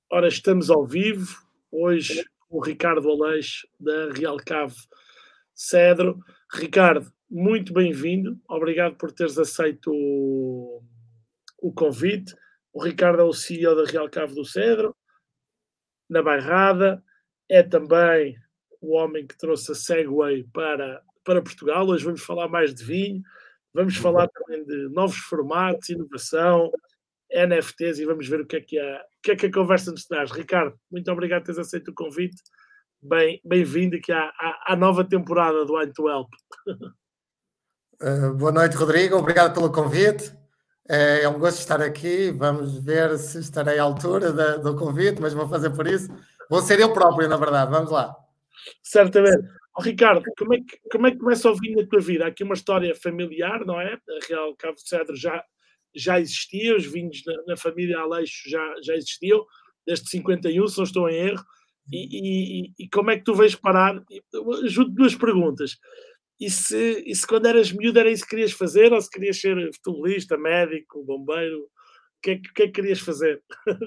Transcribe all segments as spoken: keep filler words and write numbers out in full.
Ora, estamos ao vivo, hoje com o Ricardo Aleixo, da Real Cave Cedro. Ricardo, muito bem-vindo, obrigado por teres aceito o, o convite. O Ricardo é o C E O da Real Cave do Cedro, na Bairrada, é também o homem que trouxe a Segway para, para Portugal. Hoje vamos falar mais de vinho, vamos falar também de novos formatos, inovação, N F Ts e vamos ver o que é que a, o que é que a conversa nos traz. Ricardo, muito obrigado por teres aceito o convite. Bem, bem-vindo aqui à, à, à nova temporada do Wine to Help. Uh, boa noite, Rodrigo. Obrigado pelo convite. Uh, é um gosto estar aqui. Vamos ver se estarei à altura da, do convite, mas vou fazer por isso. Vou ser eu próprio, na verdade. Vamos lá. Certamente. Oh, Ricardo, como é, que, como é que começa o vinho na tua vida? Há aqui uma história familiar, não é? A Real Cave de Cedro já, já existia, os vinhos na, na família Aleixo já, já existiam, desde cinquenta e um, se não estou em erro. E, e, e como é que tu vais parar? Junto duas perguntas. E se, e se quando eras miúdo era isso que querias fazer, ou se querias ser futebolista, médico, bombeiro? O que é que, que, é que querias fazer?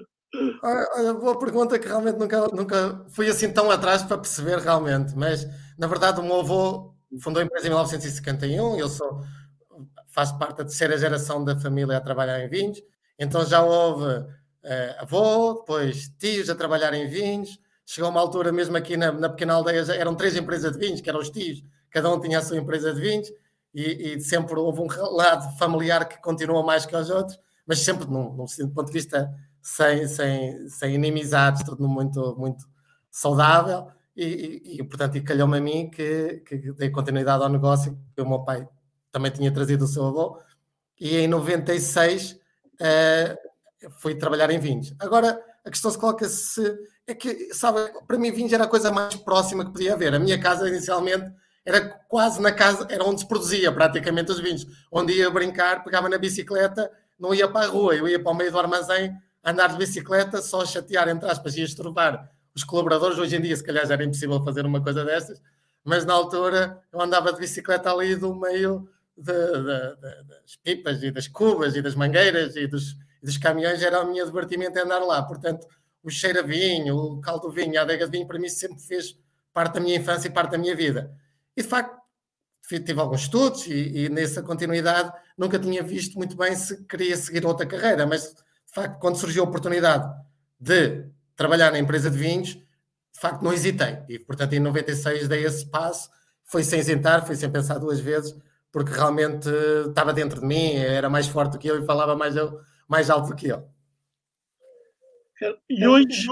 Olha, boa pergunta, que realmente nunca, nunca fui assim tão atrás para perceber realmente, mas na verdade o meu avô fundou a empresa em mil novecentos e cinquenta e um, eu sou, faço parte da terceira geração da família a trabalhar em vinhos, então já houve uh, avô, depois tios a trabalhar em vinhos, chegou uma altura mesmo aqui na, na pequena aldeia, já eram três empresas de vinhos, que eram os tios, cada um tinha a sua empresa de vinhos, e, e sempre houve um lado familiar que continua mais que os outros, mas sempre num, num ponto de vista sem, sem, sem inimizades, tudo muito, muito saudável, e, e, e portanto, e calhou-me a mim que, que dei continuidade ao negócio, que o meu pai também tinha trazido o seu avô, e em noventa e seis uh, fui trabalhar em vinhos. Agora, a questão se coloca-se, é que, sabe, para mim vinhos era a coisa mais próxima que podia haver. A minha casa, inicialmente, era quase na casa, era onde se produzia praticamente os vinhos, onde ia brincar, pegava na bicicleta, não ia para a rua, eu ia para o meio do armazém, andar de bicicleta, só chatear, entre aspas, e estrovar os colaboradores. Hoje em dia, se calhar, já era impossível fazer uma coisa dessas, mas na altura eu andava de bicicleta ali do meio de, de, de, das pipas e das cubas e das mangueiras e dos, e dos caminhões, era o meu divertimento andar lá. Portanto, o cheiro a vinho, o caldo do vinho, a adega de vinho, para mim sempre fez parte da minha infância e parte da minha vida. E, de facto, tive alguns estudos e, e nessa continuidade nunca tinha visto muito bem se queria seguir outra carreira, mas de facto, quando surgiu a oportunidade de trabalhar na empresa de vinhos, de facto não hesitei. E, portanto, em noventa e seis dei esse passo, foi sem hesitar, foi sem pensar duas vezes, porque realmente estava dentro de mim, era mais forte do que eu e falava mais, eu, mais alto do que eu. E hoje,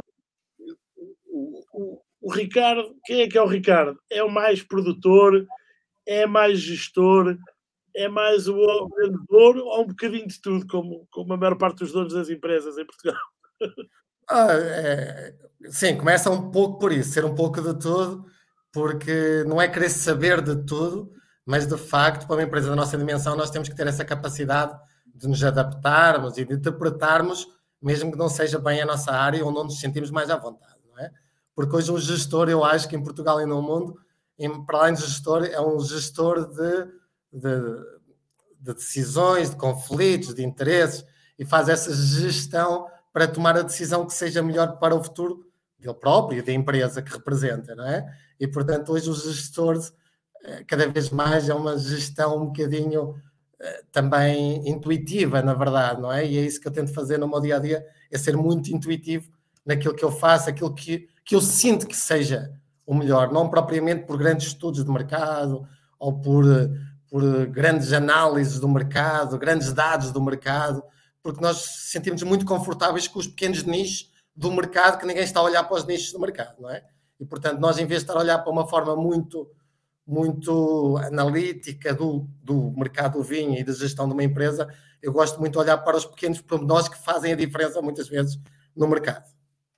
o, o, o Ricardo, quem é que é o Ricardo? É o mais produtor, é mais gestor, é mais o vendedor ou um bocadinho de tudo, como, como a maior parte dos donos das empresas em Portugal? Ah, é, sim, começa um pouco por isso, ser um pouco de tudo, porque não é querer saber de tudo, mas de facto, para uma empresa da nossa dimensão, nós temos que ter essa capacidade de nos adaptarmos e de interpretarmos, mesmo que não seja bem a nossa área, onde nos sentimos mais à vontade, não é? Porque hoje um gestor, eu acho que em Portugal e no mundo, para além de gestor, é um gestor de, de, de decisões, de conflitos, de interesses, e faz essa gestão para tomar a decisão que seja melhor para o futuro dele próprio e da empresa que representa, não é? E, portanto, hoje os gestores, cada vez mais, é uma gestão um bocadinho também intuitiva, na verdade, não é? E é isso que eu tento fazer no meu dia-a-dia, é ser muito intuitivo naquilo que eu faço, aquilo que, que eu sinto que seja o melhor, não propriamente por grandes estudos de mercado ou por, por grandes análises do mercado, grandes dados do mercado, porque nós sentimos muito confortáveis com os pequenos nichos do mercado, que ninguém está a olhar para os nichos do mercado, não é? E, portanto, nós, em vez de estar a olhar para uma forma muito, muito analítica do, do mercado do vinho e da gestão de uma empresa, eu gosto muito de olhar para os pequenos pormenores que fazem a diferença, muitas vezes, no mercado.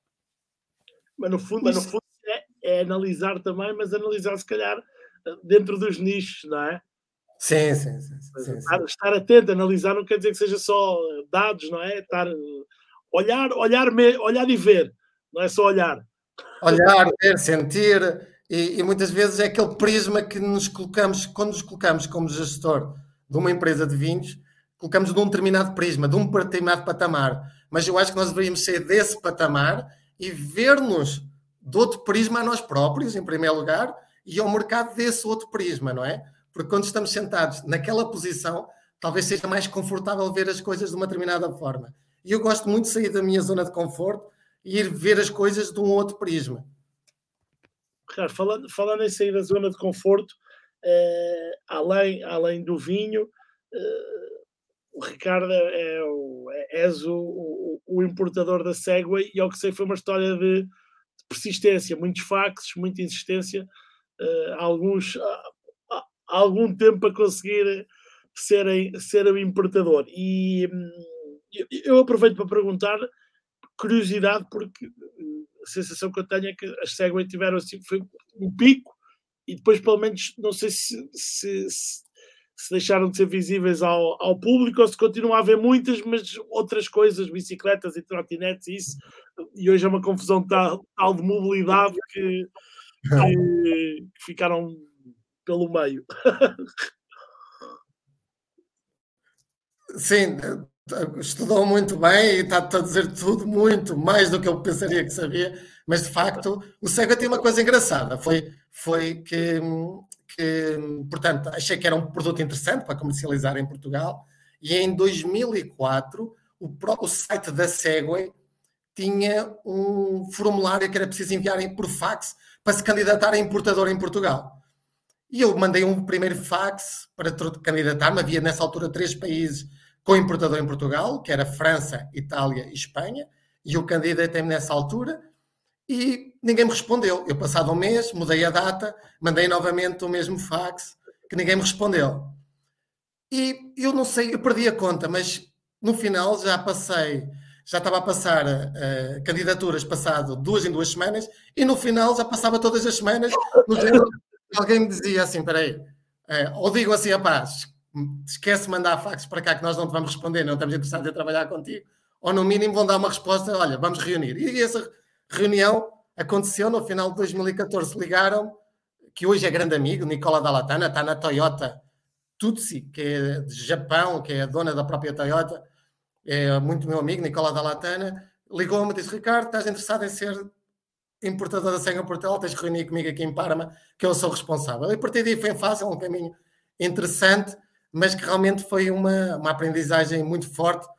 Mas, no fundo, mas, no fundo é, é analisar também, mas analisar, se calhar, dentro dos nichos, não é? Sim, sim, sim. sim, estar, sim. estar atento, analisar não quer dizer que seja só dados, não é? Estar, olhar, olhar, olhar e ver, não é só olhar. Olhar, ver, sentir, e, e muitas vezes é aquele prisma que nos colocamos, quando nos colocamos como gestor de uma empresa de vinhos, colocamos num determinado prisma, de um determinado patamar. Mas eu acho que nós deveríamos ser desse patamar e ver-nos de outro prisma a nós próprios, em primeiro lugar, e ao mercado desse outro prisma, não é? Porque quando estamos sentados naquela posição, talvez seja mais confortável ver as coisas de uma determinada forma. E eu gosto muito de sair da minha zona de conforto e ir ver as coisas de um outro prisma. Ricardo, falando, falando em sair da zona de conforto, eh, além, além do vinho, eh, o Ricardo é o, é, és o, o, o importador da Segway e ao que sei foi uma história de, de persistência, muitos faxes, muita insistência, eh, alguns, há, há algum tempo para conseguir ser, ser o importador. E hum, eu, eu aproveito para perguntar, curiosidade, porque a sensação que eu tenho é que as Segway tiveram assim, foi um pico e depois pelo menos não sei se, se, se, se deixaram de ser visíveis ao, ao público ou se continuam a haver muitas, mas outras coisas, bicicletas e trotinetes e isso, e hoje é uma confusão tal, tal de mobilidade que, que, que ficaram pelo meio. Sim, estudou muito bem e está a dizer tudo muito mais do que eu pensaria que sabia, mas de facto o Sega tem uma coisa engraçada, foi, foi que, que, portanto, achei que era um produto interessante para comercializar em Portugal e em dois mil e quatro o, o site da Segway tinha um formulário que era preciso enviar por fax para se candidatar a importador em Portugal. E eu mandei um primeiro fax para candidatar-me. Havia nessa altura três países com importador em Portugal, que era França, Itália e Espanha, e eu candidatei-me nessa altura e ninguém me respondeu. Eu, passado um mês, mudei a data, mandei novamente o mesmo fax, que ninguém me respondeu. E eu não sei, eu perdi a conta, mas no final já passei, já estava a passar uh, candidaturas passado duas em duas semanas, e no final já passava todas as semanas, no género, alguém me dizia assim, espera aí, uh, ou digo assim, rapaz, esquece de mandar fax para cá que nós não te vamos responder, não estamos interessados em trabalhar contigo, ou no mínimo vão dar uma resposta, olha, vamos reunir. E essa reunião aconteceu no final de dois mil e catorze, ligaram, que hoje é grande amigo, Nicola Dallatana, está na Toyota Tutsi, que é de Japão, que é a dona da própria Toyota, é muito meu amigo, Nicola Dallatana, ligou-me e disse, Ricardo, estás interessado em ser importador da Sega em Portugal, tens que reunir comigo aqui em Parma, que eu sou responsável. E a partir daí foi fácil, um caminho interessante, mas que realmente foi uma, uma aprendizagem muito forte.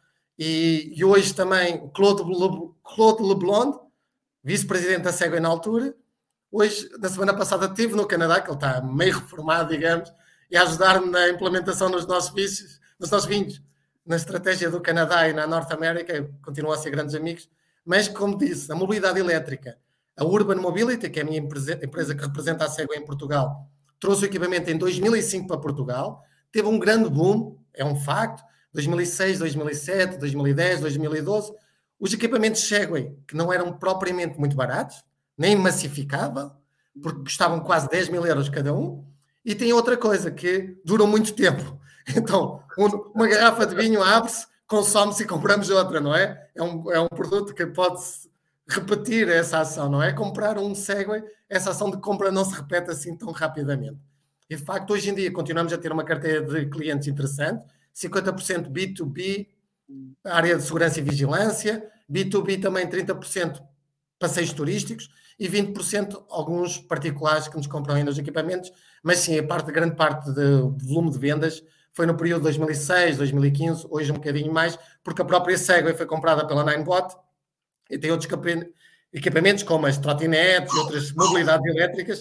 E, e hoje também o Claude, Le, Claude Leblond, vice-presidente da Sega na altura, hoje, na semana passada, estive no Canadá, que ele está meio reformado, digamos, e a ajudar-me na implementação nos nossos vícios, nos nossos vinhos, na estratégia do Canadá e na Norte América, continuam a ser grandes amigos, mas, como disse, a mobilidade elétrica, a Urban Mobility, que é a minha empresa, empresa que representa a Segway em Portugal, trouxe o equipamento em dois mil e cinco para Portugal, teve um grande boom, é um facto, dois mil e seis, dois mil e sete, dois mil e dez, dois mil e doze, os equipamentos Segway, que não eram propriamente muito baratos, nem massificável, porque custavam quase dez mil euros cada um, e tem outra coisa, que duram muito tempo. Então, um, uma garrafa de vinho abre-se, consome-se e compramos outra, não é? É um, é um produto que pode-se repetir essa ação, não é? Comprar um Segway, essa ação de compra não se repete assim tão rapidamente. E, de facto, hoje em dia continuamos a ter uma carteira de clientes interessante, cinquenta por cento B dois B, área de segurança e vigilância, B dois B também trinta por cento passeios turísticos e vinte por cento alguns particulares que nos compram ainda os equipamentos, mas sim, a parte, a grande parte do volume de vendas foi no período de dois mil e seis, dois mil e quinze, hoje um bocadinho mais, porque a própria Segway foi comprada pela Ninebot e tem outros equipamentos como as trotinetes e outras mobilidades elétricas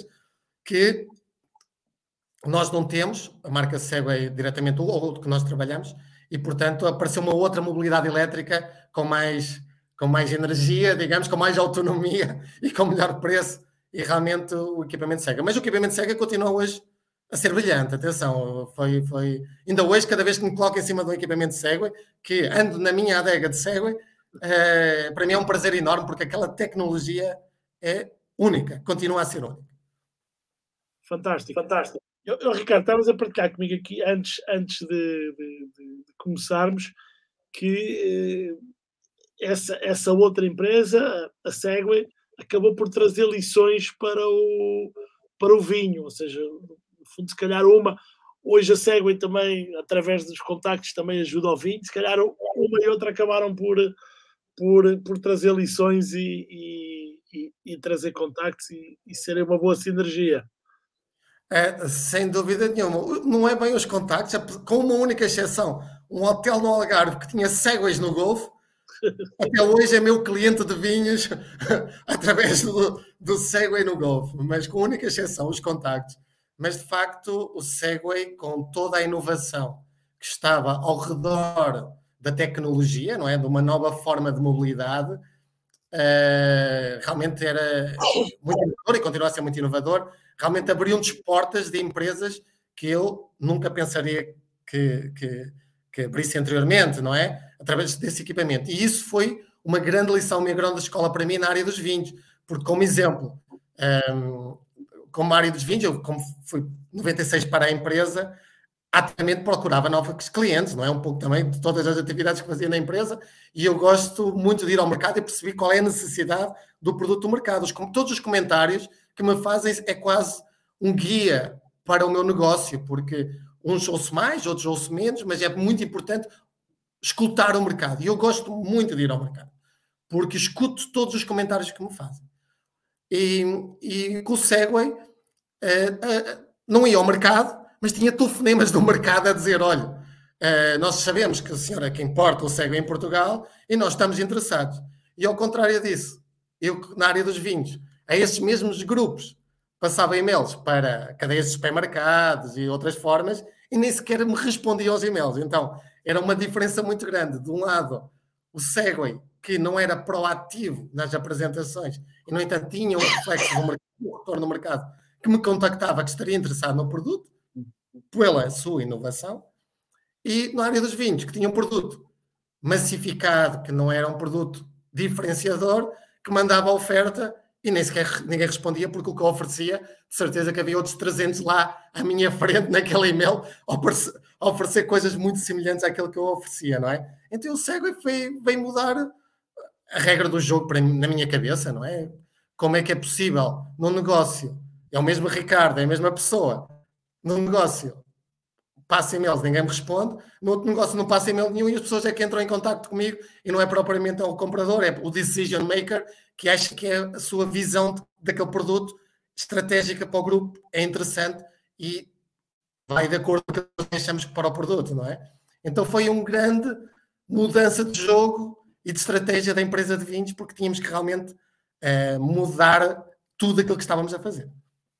que nós não temos, a marca Segway diretamente, ou outro que nós trabalhamos, e portanto apareceu uma outra mobilidade elétrica com mais... com mais energia, digamos, com mais autonomia e com melhor preço, e realmente o equipamento Sega. Mas o equipamento Sega continua hoje a ser brilhante, atenção, foi, foi... ainda hoje, cada vez que me coloco em cima de um equipamento Segway, que ando na minha adega de Segway, eh, para mim é um prazer enorme, porque aquela tecnologia é única, continua a ser única. Fantástico, fantástico. Eu, eu, Ricardo, estavas a partilhar comigo aqui, antes, antes de, de, de, de começarmos, que... Eh, Essa, essa outra empresa, a Segway, acabou por trazer lições para o, para o vinho, ou seja, no fundo, se calhar uma, hoje a Segway também, através dos contactos, também ajuda ao vinho, se calhar uma e outra acabaram por, por, por trazer lições e, e, e, e trazer contactos e, e serem uma boa sinergia. É, sem dúvida nenhuma. Não é bem os contactos, é com uma única exceção. Um hotel no Algarve que tinha segways no Golfo, até hoje é meu cliente de vinhos através do, do Segway no Golfo, mas com única exceção, os contactos. Mas de facto, o Segway, com toda a inovação que estava ao redor da tecnologia, não é? De uma nova forma de mobilidade, uh, realmente era muito inovador e continua a ser muito inovador. Realmente abriu-nos portas de empresas que eu nunca pensaria que, que, que abrisse anteriormente, não é? Através desse equipamento. E isso foi uma grande lição, uma grande escola para mim na área dos vinhos, porque como exemplo, um, como área dos vinhos, eu como fui noventa e seis para a empresa, ativamente procurava novos clientes, não é? Um pouco também de todas as atividades que fazia na empresa, e eu gosto muito de ir ao mercado e perceber qual é a necessidade do produto do mercado. Todos os comentários que me fazem é quase um guia para o meu negócio, porque uns ouço mais, outros ouço menos, mas é muito importante escutar o mercado. E eu gosto muito de ir ao mercado, porque escuto todos os comentários que me fazem. E, e com o Segway, uh, uh, não ia ao mercado, mas tinha telefonemas do mercado a dizer, olha, uh, nós sabemos que a senhora que importa o Segway em Portugal e nós estamos interessados. E ao contrário disso, eu na área dos vinhos, a esses mesmos grupos, passava e-mails para cadeias de supermercados e outras formas e nem sequer me respondia aos e-mails. Então, era uma diferença muito grande. De um lado, o Segway, que não era proativo nas apresentações e, no entanto, tinha um reflexo do mercado, um retorno do mercado, que me contactava que estaria interessado no produto, pela sua inovação, e na área dos vinhos, que tinha um produto massificado, que não era um produto diferenciador, que mandava a oferta e nem sequer ninguém respondia, porque o que eu oferecia, de certeza que havia outros trezentos lá à minha frente naquele e-mail a oferecer, a oferecer coisas muito semelhantes àquilo que eu oferecia, não é? Então o Segway veio mudar a regra do jogo para mim, na minha cabeça, não é? Como é que é possível num negócio, é o mesmo Ricardo, é a mesma pessoa, num negócio passa e-mails, ninguém me responde, no outro negócio não passa e-mail nenhum e as pessoas é que entram em contato comigo e não é propriamente o comprador, é o decision maker que acha que é a sua visão daquele produto estratégica para o grupo, é interessante e vai de acordo com o que achamos para o produto, não é? Então foi uma grande mudança de jogo e de estratégia da empresa de vinhos, porque tínhamos que realmente uh, mudar tudo aquilo que estávamos a fazer.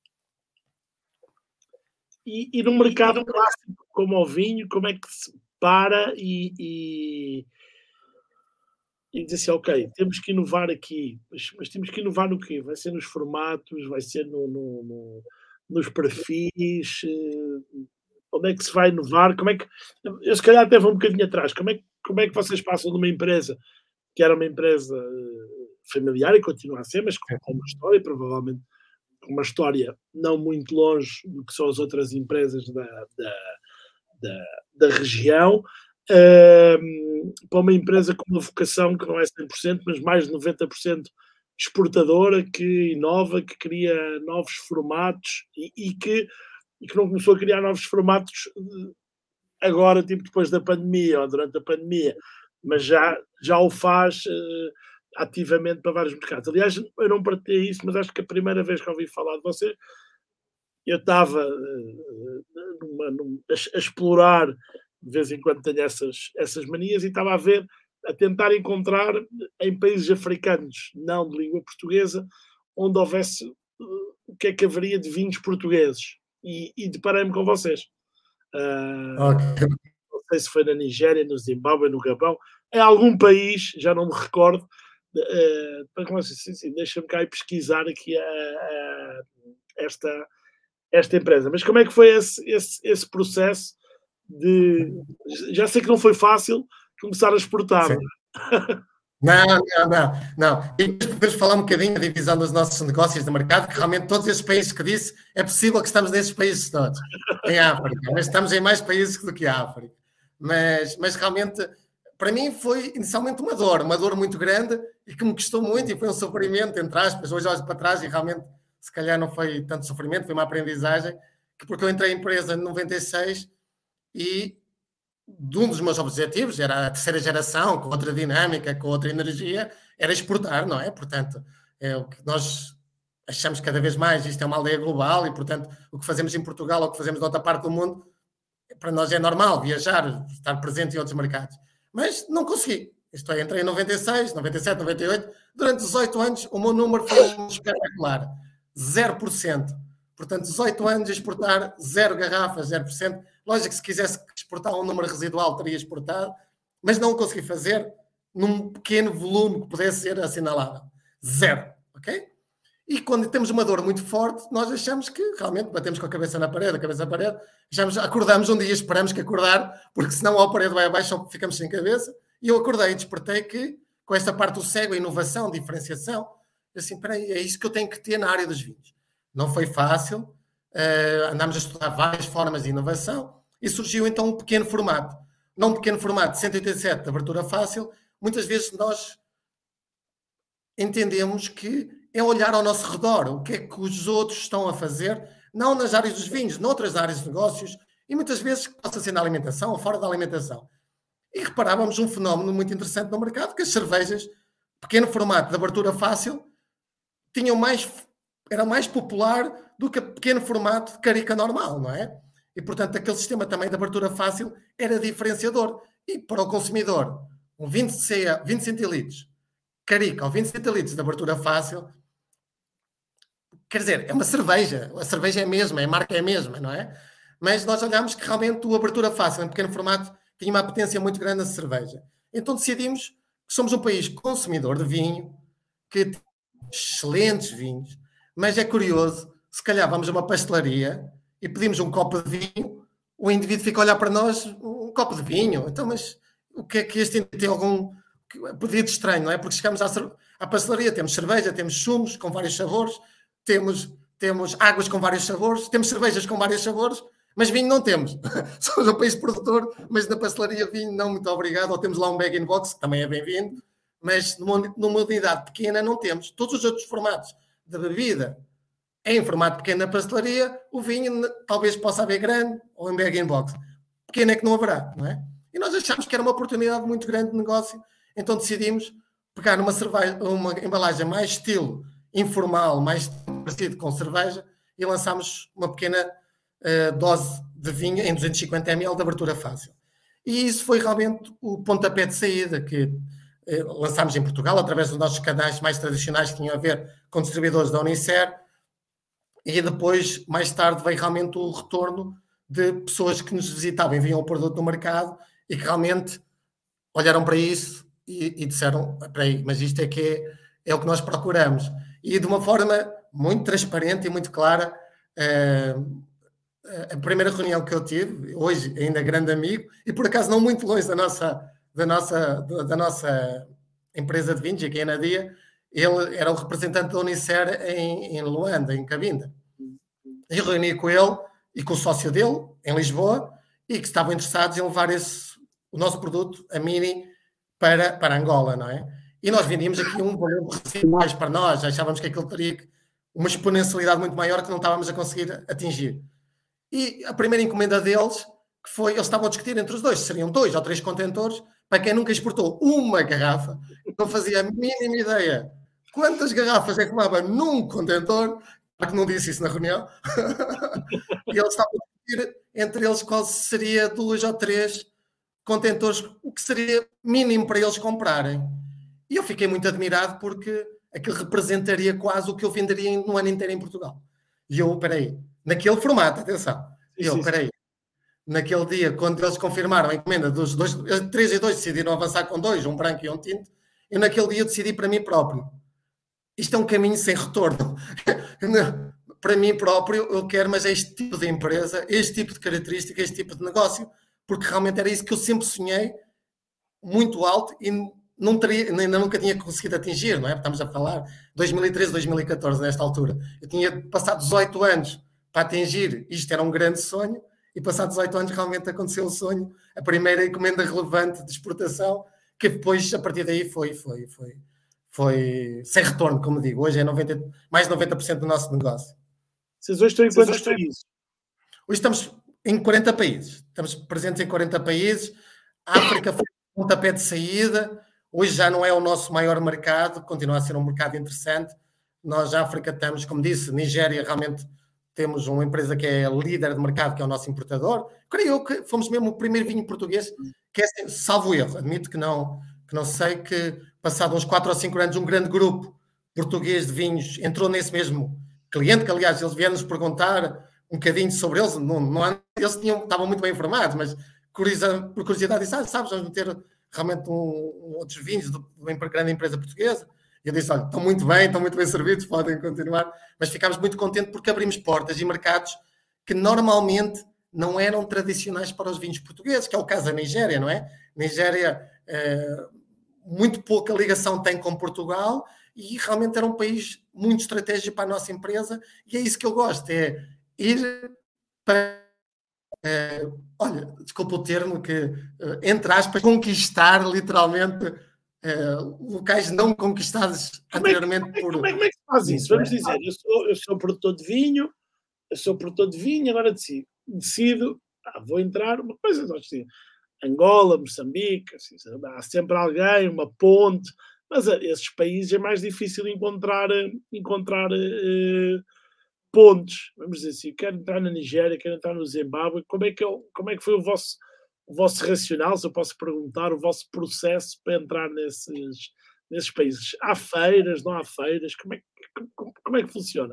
E, e no mercado clássico, como o vinho, como é que se para e, e, e diz assim, ok, temos que inovar aqui, mas, mas temos que inovar no quê? Vai ser nos formatos, vai ser no, no, no, nos perfis, eh, onde é que se vai inovar? Como é que, eu se calhar até vou um bocadinho atrás, como é, que- como é que vocês passam de uma empresa que era uma empresa eh, familiar e continua a ser, mas com, com uma história, provavelmente uma história não muito longe do que são as outras empresas da, da, da, da região, um, para uma empresa com uma vocação que não é cem por cento, mas mais de noventa por cento exportadora, que inova, que cria novos formatos e, e, que, e que não começou a criar novos formatos agora, tipo depois da pandemia ou durante a pandemia, mas já, já o faz uh, ativamente para vários mercados. Aliás, eu não partilhei isso, mas acho que a primeira vez que ouvi falar de você, eu estava uh, numa, numa, a, a explorar, de vez em quando tenho essas, essas manias, e estava a ver, a tentar encontrar em países africanos, não de língua portuguesa, onde houvesse uh, o que é que haveria de vinhos portugueses. E, e deparei-me com vocês. Uh, okay. Não sei se foi na Nigéria, no Zimbábue, no Gabão, em algum país, já não me recordo. Uh, assim, assim, deixa-me cá ir pesquisar aqui a, a, esta, esta empresa. Mas como é que foi esse, esse, esse processo de... Já sei que não foi fácil começar a exportar. Não, não, não, não. E depois falar um bocadinho da divisão dos nossos negócios de mercado, que realmente todos esses países que disse, é possível que estamos nesses países todos, em África, mas estamos em mais países do que a África. Mas, mas realmente, para mim foi inicialmente uma dor, uma dor muito grande e que me custou muito e foi um sofrimento, entre aspas, hoje olho para trás e realmente, se calhar não foi tanto sofrimento, foi uma aprendizagem, que porque eu entrei em empresa em noventa e seis e de um dos meus objetivos, era a terceira geração, com outra dinâmica, com outra energia, era exportar, não é? Portanto, é o que nós achamos cada vez mais, isto é uma aldeia global e, portanto, o que fazemos em Portugal ou o que fazemos noutra parte do mundo, para nós é normal viajar, estar presente em outros mercados. Mas não consegui. Isto é, entrei em noventa e seis, noventa e sete, noventa e oito, durante dezoito anos o meu número foi espetacular, zero por cento. Portanto, dezoito anos a exportar zero garrafas, zero por cento. Lógico que se quisesse exportar um número residual, teria exportado, mas não o consegui fazer num pequeno volume que pudesse ser assinalável. Zero, ok? E quando temos uma dor muito forte, nós achamos que realmente batemos com a cabeça na parede, a cabeça na parede, achamos, acordamos um dia, esperamos que acordar, porque senão a parede vai abaixo ou ficamos sem cabeça. E eu acordei e despertei que, com esta parte do cego, a inovação, a diferenciação, assim, espera aí, é isso que eu tenho que ter na área dos vinhos. Não foi fácil, uh, andámos a estudar várias formas de inovação e surgiu então um pequeno formato. Não um pequeno formato de cento e oitenta e sete de abertura fácil, muitas vezes nós entendemos que é olhar ao nosso redor, o que é que os outros estão a fazer, não nas áreas dos vinhos, noutras áreas de negócios, e muitas vezes possa ser na alimentação ou fora da alimentação. E reparávamos um fenómeno muito interessante no mercado, que as cervejas, pequeno formato de abertura fácil, tinham mais, era mais popular do que pequeno formato de carica normal, não é? E, portanto, aquele sistema também de abertura fácil era diferenciador. E para o consumidor, um vinte centilitros, carica ou vinte centilitros de abertura fácil, quer dizer, é uma cerveja. A cerveja é a mesma, a marca é a mesma, não é? Mas nós olhamos que realmente a abertura fácil, em pequeno formato, tinha uma potência muito grande na cerveja. Então decidimos que somos um país consumidor de vinho, que tem excelentes vinhos, mas é curioso, se calhar vamos a uma pastelaria e pedimos um copo de vinho, o indivíduo fica a olhar para nós, um copo de vinho, então, mas o que é que este tem algum pedido estranho, não é? Porque chegamos à, à pastelaria, temos cerveja, temos sumos com vários sabores, temos, temos águas com vários sabores, temos cervejas com vários sabores, mas vinho não temos. Somos um país produtor, mas na pastelaria vinho não, muito obrigado. Ou temos lá um bag-in-box, que também é bem-vindo, mas numa, numa unidade pequena não temos. Todos os outros formatos de bebida em formato pequeno na pastelaria, o vinho talvez possa haver grande ou em bag-in-box. Pequeno é que não haverá, não é? E nós achamos que era uma oportunidade muito grande de negócio, então decidimos pegar numa cerveja, uma embalagem mais estilo informal, mais parecido com cerveja, e lançámos uma pequena uh, dose de vinho em duzentos e cinquenta mililitros de abertura fácil. E isso foi realmente o pontapé de saída que uh, lançámos em Portugal, através dos nossos canais mais tradicionais que tinham a ver com distribuidores da Unicer, e depois, mais tarde, veio realmente o retorno de pessoas que nos visitavam e viam o produto no mercado e que realmente olharam para isso e, e disseram, peraí, mas isto é que é, é o que nós procuramos. E de uma forma muito transparente e muito clara, uh, a primeira reunião que eu tive, hoje ainda grande amigo, e por acaso não muito longe da nossa, da nossa, da nossa empresa de vinhos, aqui em Nadia, ele era o representante da Unicer em, em Luanda, em Cabinda. E reuni com ele e com o sócio dele, em Lisboa, e que estavam interessados em levar esse, o nosso produto, a Mini, para, para Angola, não é? E nós vendíamos aqui um valor mais para nós, achávamos que aquilo teria uma exponencialidade muito maior que não estávamos a conseguir atingir. E a primeira encomenda deles, que foi, eles estavam a discutir entre os dois, seriam dois ou três contentores, para quem nunca exportou uma garrafa, não fazia a mínima ideia quantas garrafas é que tomava num contentor, para que não disse isso na reunião, e eles estavam a discutir entre eles qual seria dois ou três contentores, o que seria mínimo para eles comprarem. E eu fiquei muito admirado porque aquilo representaria quase o que eu venderia no ano inteiro em Portugal. E eu, peraí, naquele formato, atenção, e eu, peraí, naquele dia, quando eles confirmaram a encomenda dos dois, três e dois decidiram avançar com dois, um branco e um tinto, eu naquele dia eu decidi para mim próprio, isto é um caminho sem retorno. Para mim próprio, eu quero, mas é este tipo de empresa, este tipo de característica, este tipo de negócio, porque realmente era isso que eu sempre sonhei, muito alto, e não teria, ainda nunca tinha conseguido atingir, não é? Estamos a falar dois mil e treze, dois mil e catorze, nesta altura. Eu tinha passado dezoito anos para atingir, isto era um grande sonho, e passados dezoito anos realmente aconteceu o sonho, a primeira encomenda relevante de exportação, que depois, a partir daí, foi, foi, foi, foi sem retorno, como digo. Hoje é noventa, mais de noventa por cento do nosso negócio. Vocês hoje estão em quantos países? Hoje estamos em quarenta países. Estamos presentes em quarenta países. A África foi um pontapé de saída. Hoje já não é o nosso maior mercado, continua a ser um mercado interessante. Nós, a África, estamos, como disse, Nigéria, realmente temos uma empresa que é líder de mercado, que é o nosso importador. Creio eu que fomos mesmo o primeiro vinho português, que é, salvo erro, admito que não, que não sei, que passado uns quatro ou cinco anos, um grande grupo português de vinhos entrou nesse mesmo cliente, que aliás eles vieram-nos perguntar um bocadinho sobre eles, não, não, eles tinham, estavam muito bem informados, mas curiosidade, por curiosidade disse, ah, sabes, vamos meter realmente um, um, outros vinhos de uma grande empresa portuguesa. E eu disse, olha, estão muito bem, estão muito bem servidos, podem continuar. Mas ficámos muito contentes porque abrimos portas e mercados que normalmente não eram tradicionais para os vinhos portugueses, que é o caso da Nigéria, não é? Nigéria, eh, muito pouca ligação tem com Portugal e realmente era um país muito estratégico para a nossa empresa e é isso que eu gosto, é ir para, eh, olha, desculpa o termo, que, eh, entre aspas, conquistar literalmente Uh, locais não conquistados como é que, anteriormente como é, por... Como é, como é que se faz isso? Vamos dizer, eu sou, eu sou produtor de vinho, eu sou produtor de vinho, agora decido, decido ah, vou entrar, uma coisa, assim, Angola, Moçambique, assim, há sempre alguém, uma ponte, mas a, esses países é mais difícil encontrar, encontrar uh, pontes, vamos dizer assim, quero entrar na Nigéria, quero entrar no Zimbábue, como é que, eu, como é que foi o vosso, o vosso racional, se eu posso perguntar, o vosso processo para entrar nesses, nesses países? Há feiras, não há feiras? Como é que, como, como é que funciona?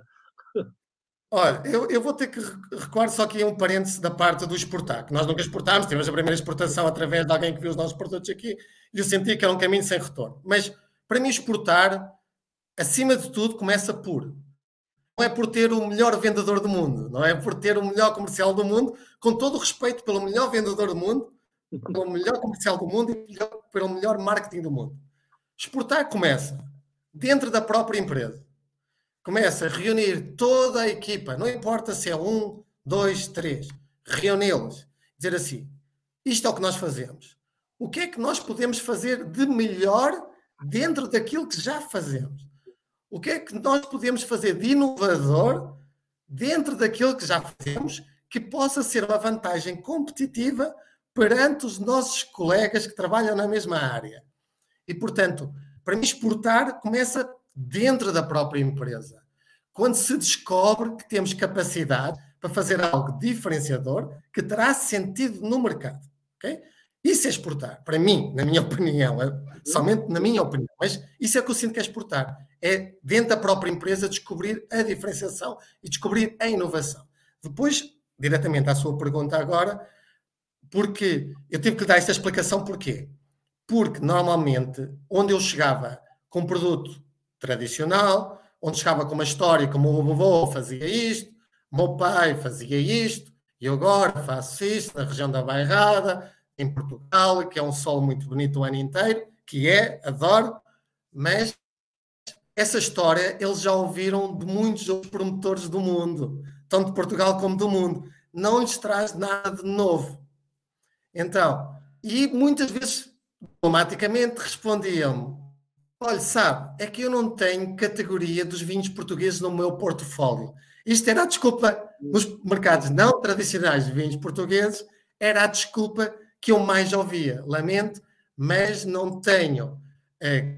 Olha, eu, eu vou ter que recuar só aqui um parêntese da parte do exportar, que nós nunca exportámos, tivemos a primeira exportação através de alguém que viu os nossos produtos aqui e eu senti que era um caminho sem retorno. Mas, para mim, exportar, acima de tudo, começa por... Não é por ter o melhor vendedor do mundo, não é por ter o melhor comercial do mundo, com todo o respeito pelo melhor vendedor do mundo, pelo melhor comercial do mundo e pelo melhor marketing do mundo. Exportar começa dentro da própria empresa. Começa a reunir toda a equipa, não importa se é um, dois, três, reuni-los, dizer assim, isto é o que nós fazemos. O que é que nós podemos fazer de melhor dentro daquilo que já fazemos? O que é que nós podemos fazer de inovador dentro daquilo que já fazemos que possa ser uma vantagem competitiva perante os nossos colegas que trabalham na mesma área? E, portanto, para mim, exportar começa dentro da própria empresa. Quando se descobre que temos capacidade para fazer algo diferenciador que terá sentido no mercado. Okay? Isso é exportar. Para mim, na minha opinião, é somente na minha opinião, mas isso é o que eu sinto que é exportar. É, dentro da própria empresa, descobrir a diferenciação e descobrir a inovação. Depois, diretamente à sua pergunta agora, porque eu tive que lhe dar esta explicação porquê? Porque, normalmente, onde eu chegava com um produto tradicional, onde chegava com uma história, como o meu avô fazia isto, o meu pai fazia isto, e eu agora faço isto na região da Bairrada, em Portugal, que é um solo muito bonito o ano inteiro, que é, adoro, mas essa história eles já ouviram de muitos outros promotores do mundo, tanto de Portugal como do mundo. Não lhes traz nada de novo. Então, e muitas vezes, automaticamente, respondiam-me, olha, sabe, é que eu não tenho categoria dos vinhos portugueses no meu portfólio. Isto era a desculpa, nos mercados não tradicionais de vinhos portugueses, era a desculpa que eu mais ouvia. Lamento, mas não tenho é,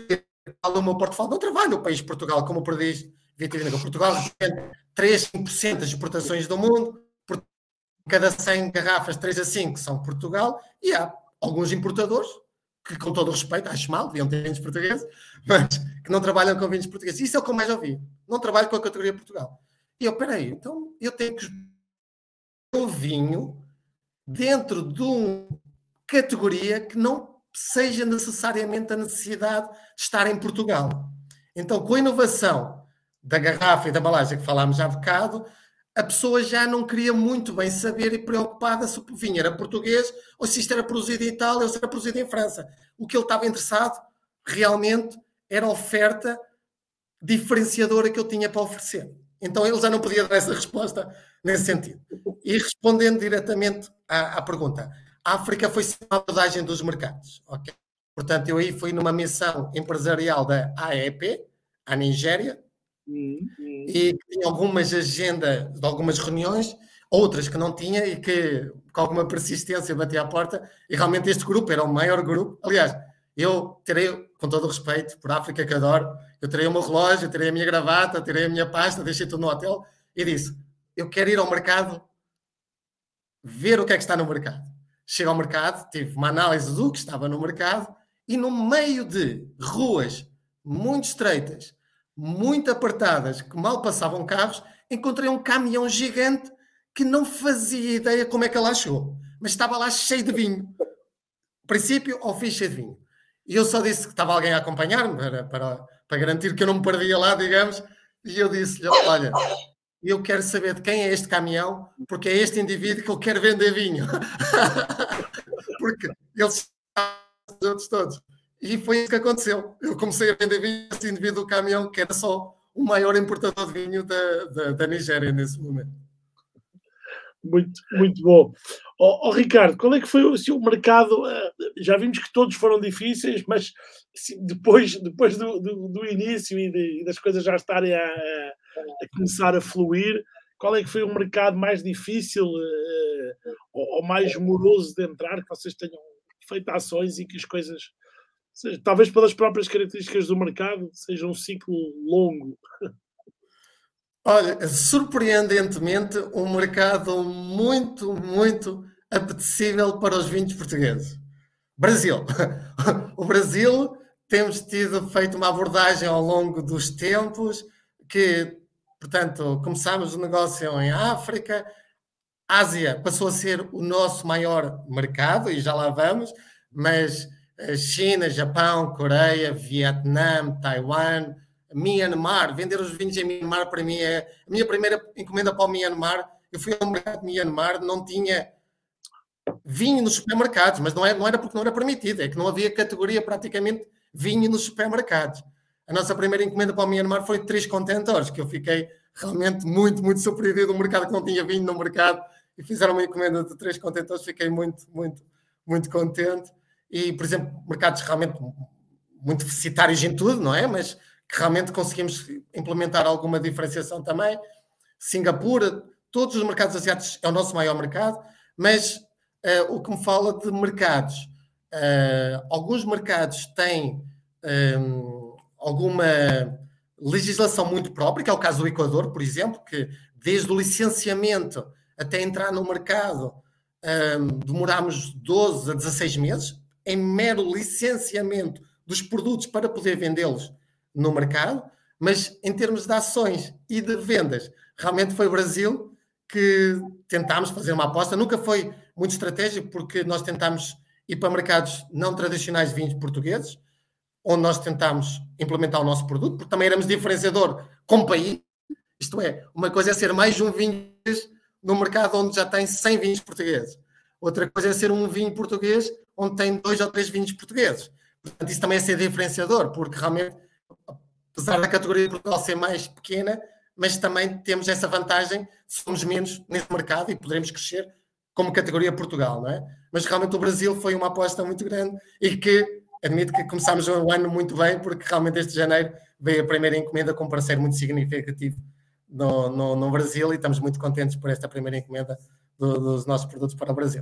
no meu portfólio. Não trabalho o país Portugal como perdiz vitivinícola. Portugal representa três a cinco por cento das exportações do mundo. Por cada cem garrafas, três a cinco são Portugal. E há alguns importadores que, com todo o respeito, acho mal, deviam ter vinhos portugueses, mas que não trabalham com vinhos portugueses. Isso é o que eu mais ouvi. Não trabalho com a categoria Portugal. E eu, peraí, então eu tenho que o vinho dentro de uma categoria que não seja necessariamente a necessidade de estar em Portugal. Então, com a inovação da garrafa e da embalagem que falámos há bocado, a pessoa já não queria muito bem saber e preocupada se o vinho era português ou se isto era produzido em Itália ou se era produzido em França. O que ele estava interessado realmente era a oferta diferenciadora que eu tinha para oferecer. Então ele já não podia dar essa resposta nesse sentido. E respondendo diretamente à, à pergunta, a África foi sempre a abordagem dos mercados. Okay? Portanto, eu aí fui numa missão empresarial da A E P, à Nigéria, Uhum. e tinha algumas agendas de algumas reuniões. outras que não tinha e que com alguma persistência batia à porta, e realmente este grupo era o maior grupo. Aliás, eu terei, com todo o respeito por África que adoro, eu terei o meu relógio, terei a minha gravata, terei a minha pasta, deixei tudo no hotel e disse, eu quero ir ao mercado ver o que é que está no mercado. Chego ao mercado, tive uma análise do que estava no mercado e no meio de ruas muito estreitas, muito apertadas, que mal passavam carros, encontrei um caminhão gigante que não fazia ideia como é que lá chegou, mas estava lá cheio de vinho. Princípio ao fim cheio de vinho. E eu só disse que estava alguém a acompanhar-me para, para, para garantir que eu não me perdia lá, digamos, e eu disse-lhe, olha, eu quero saber de quem é este caminhão, porque é este indivíduo que eu quero vender vinho. Porque eles os outros todos. E foi isso que aconteceu. Eu comecei a vender vinho a esse indivíduo do caminhão, que era só o maior importador de vinho da, da, da Nigéria nesse momento. Muito, muito bom. Oh, oh, Ricardo, qual é que foi o seu mercado? Já vimos que todos foram difíceis, mas assim, depois, depois do, do, do início e, de, e das coisas já estarem a, a começar a fluir, qual é que foi o mercado mais difícil uh, ou, ou mais moroso de entrar, que vocês tenham feito ações e que as coisas, seja, talvez pelas próprias características do mercado, seja um ciclo longo? Olha, surpreendentemente, um mercado muito, muito apetecível para os vinhos portugueses. Brasil. O Brasil, temos tido feito uma abordagem ao longo dos tempos que, portanto, começámos o negócio em África, Ásia passou a ser o nosso maior mercado, e já lá vamos, mas China, Japão, Coreia, Vietnã, Taiwan, Myanmar, vender os vinhos em Myanmar para mim é a minha primeira encomenda para o Myanmar. Eu fui ao mercado de Myanmar, não tinha vinho nos supermercados, mas não, é, não era porque não era permitido, é que não havia categoria praticamente vinho nos supermercados. A nossa primeira encomenda para o Myanmar foi três contentores, que eu fiquei realmente muito, muito surpreendido. Um mercado que não tinha vinho no mercado e fizeram uma encomenda de três contentores, fiquei muito, muito, muito contente. E, por exemplo, mercados realmente muito deficitários em tudo, não é? Mas que realmente conseguimos implementar alguma diferenciação também. Singapura, todos os mercados asiáticos é o nosso maior mercado, mas uh, o que me fala de mercados, uh, alguns mercados têm um, alguma legislação muito própria, que é o caso do Equador, por exemplo, que desde o licenciamento até entrar no mercado um, demorámos doze a dezasseis meses, em mero licenciamento dos produtos para poder vendê-los no mercado, mas em termos de ações e de vendas, realmente foi o Brasil que tentámos fazer uma aposta. Nunca foi muito estratégico, porque nós tentámos ir para mercados não tradicionais de vinhos portugueses, onde nós tentámos implementar o nosso produto, porque também éramos diferenciador como país. Isto é, uma coisa é ser mais um vinho no mercado onde já tem cem vinhos portugueses. Outra coisa é ser um vinho português onde tem dois ou três vinhos portugueses. Portanto, isso também é ser diferenciador, porque realmente, apesar da categoria de Portugal ser mais pequena, mas também temos essa vantagem, somos menos nesse mercado e poderemos crescer como categoria Portugal, não é? Mas realmente o Brasil foi uma aposta muito grande e que, admito que começámos o ano muito bem, porque realmente este janeiro veio a primeira encomenda com um parceiro muito significativo no, no, no Brasil, e estamos muito contentes por esta primeira encomenda do, dos nossos produtos para o Brasil.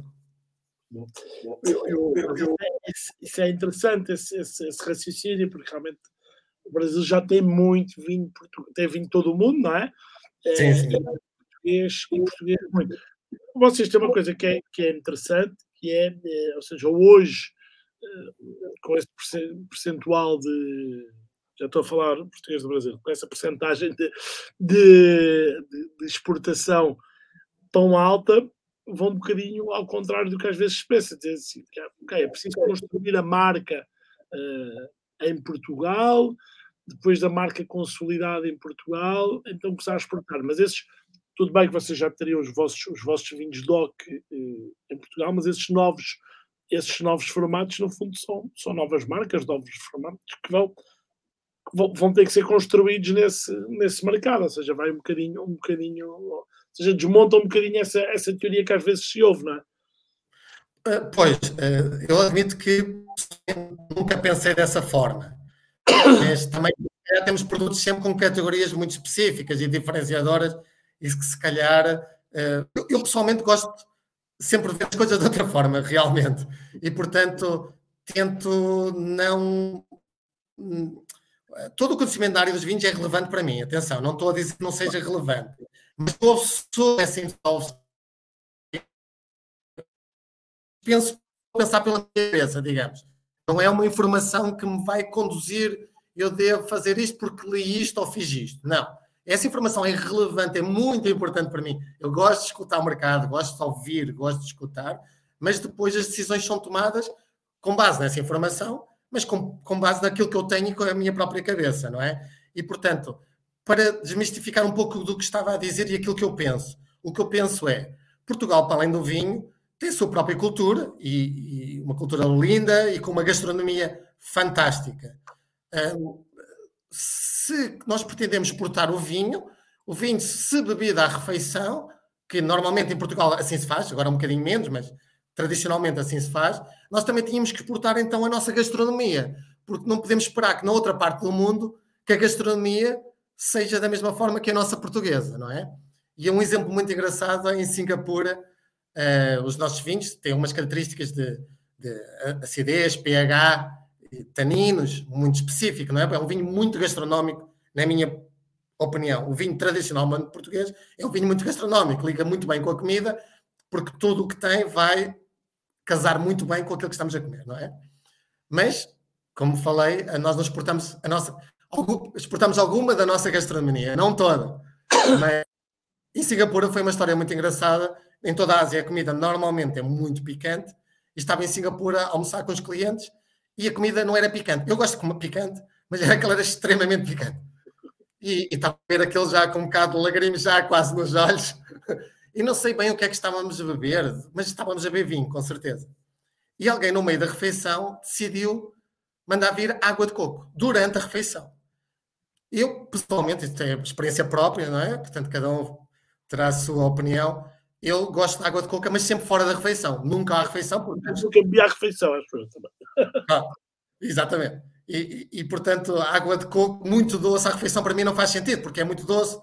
Eu, eu, eu, isso é interessante, esse, esse, esse raciocínio, porque realmente o Brasil já tem muito vinho, tem vinho de todo o mundo, não é? Sim, sim. É, português, e português muito. Vocês têm uma coisa que é, que é interessante, que é, é, ou seja, hoje, com esse percentual de, já estou a falar português do Brasil, com essa percentagem de, de, de, de exportação tão alta, vão um bocadinho ao contrário do que às vezes se pensa, dizer assim, que, okay, é preciso construir a marca uh, em Portugal, depois da marca consolidada em Portugal, então começar a exportar. Mas esses, tudo bem que vocês já teriam os vossos, os vossos vinhos D O C uh, em Portugal, mas esses novos, esses novos formatos, no fundo, são, são novas marcas, novos formatos que vão, que vão, vão ter que ser construídos nesse, nesse mercado, ou seja, vai um bocadinho, um bocadinho, ou seja, desmonta um bocadinho essa, essa teoria que às vezes se ouve, não é? Uh, pois, uh, eu admito que nunca pensei dessa forma. Mas também temos produtos sempre com categorias muito específicas e diferenciadoras, e que se calhar eu, eu pessoalmente gosto sempre de ver as coisas de outra forma, realmente. E, portanto, tento não... Todo o conhecimento da área dos vinhos é relevante para mim. Atenção, não estou a dizer que não seja relevante. Mas eu sou assim, penso pensar pela minha cabeça, digamos. Não é uma informação que me vai conduzir, eu devo fazer isto porque li isto ou fiz isto. Não. Essa informação é relevante, é muito importante para mim. Eu gosto de escutar o mercado, gosto de ouvir, gosto de escutar, mas depois as decisões são tomadas com base nessa informação, mas com, com base naquilo que eu tenho e com a minha própria cabeça, não é? E, portanto, para desmistificar um pouco do que estava a dizer e aquilo que eu penso, o que eu penso é, Portugal, para além do vinho, tem a sua própria cultura, e, e uma cultura linda e com uma gastronomia fantástica. Um, se nós pretendemos exportar o vinho, o vinho, se bebido à refeição, que normalmente em Portugal assim se faz, agora um bocadinho menos, mas tradicionalmente assim se faz, nós também tínhamos que exportar então a nossa gastronomia, porque não podemos esperar que na outra parte do mundo que a gastronomia seja da mesma forma que a nossa portuguesa, não é? E é um exemplo muito engraçado em Singapura. Uh, os nossos vinhos têm umas características de, de acidez, pH, taninos, muito específico, não é? É um vinho muito gastronómico, na minha opinião. O vinho tradicionalmente português é um vinho muito gastronómico, liga muito bem com a comida, porque tudo o que tem vai casar muito bem com aquilo que estamos a comer, não é? Mas, como falei, nós não exportamos a nossa... exportamos alguma da nossa gastronomia, não toda. Mas em Singapura foi uma história muito engraçada. Em toda a Ásia a comida normalmente é muito picante. E estava em Singapura a almoçar com os clientes e a comida não era picante. Eu gosto de comer picante, mas era aquela era extremamente picante. E, e estava a ver aquele já com um bocado de lagrimas já quase nos olhos. E não sei bem o que é que estávamos a beber, mas estávamos a beber vinho, com certeza. E alguém no meio da refeição decidiu mandar vir água de coco durante a refeição. Eu, pessoalmente, isto é experiência própria, não é? Portanto, cada um terá a sua opinião. Eu gosto de água de coco, mas sempre fora da refeição. Nunca à refeição. Porque... Nunca bebi à refeição, acho que também. Ah, exatamente. E, e, e, portanto, a água de coco muito doce à refeição para mim não faz sentido, porque é muito doce,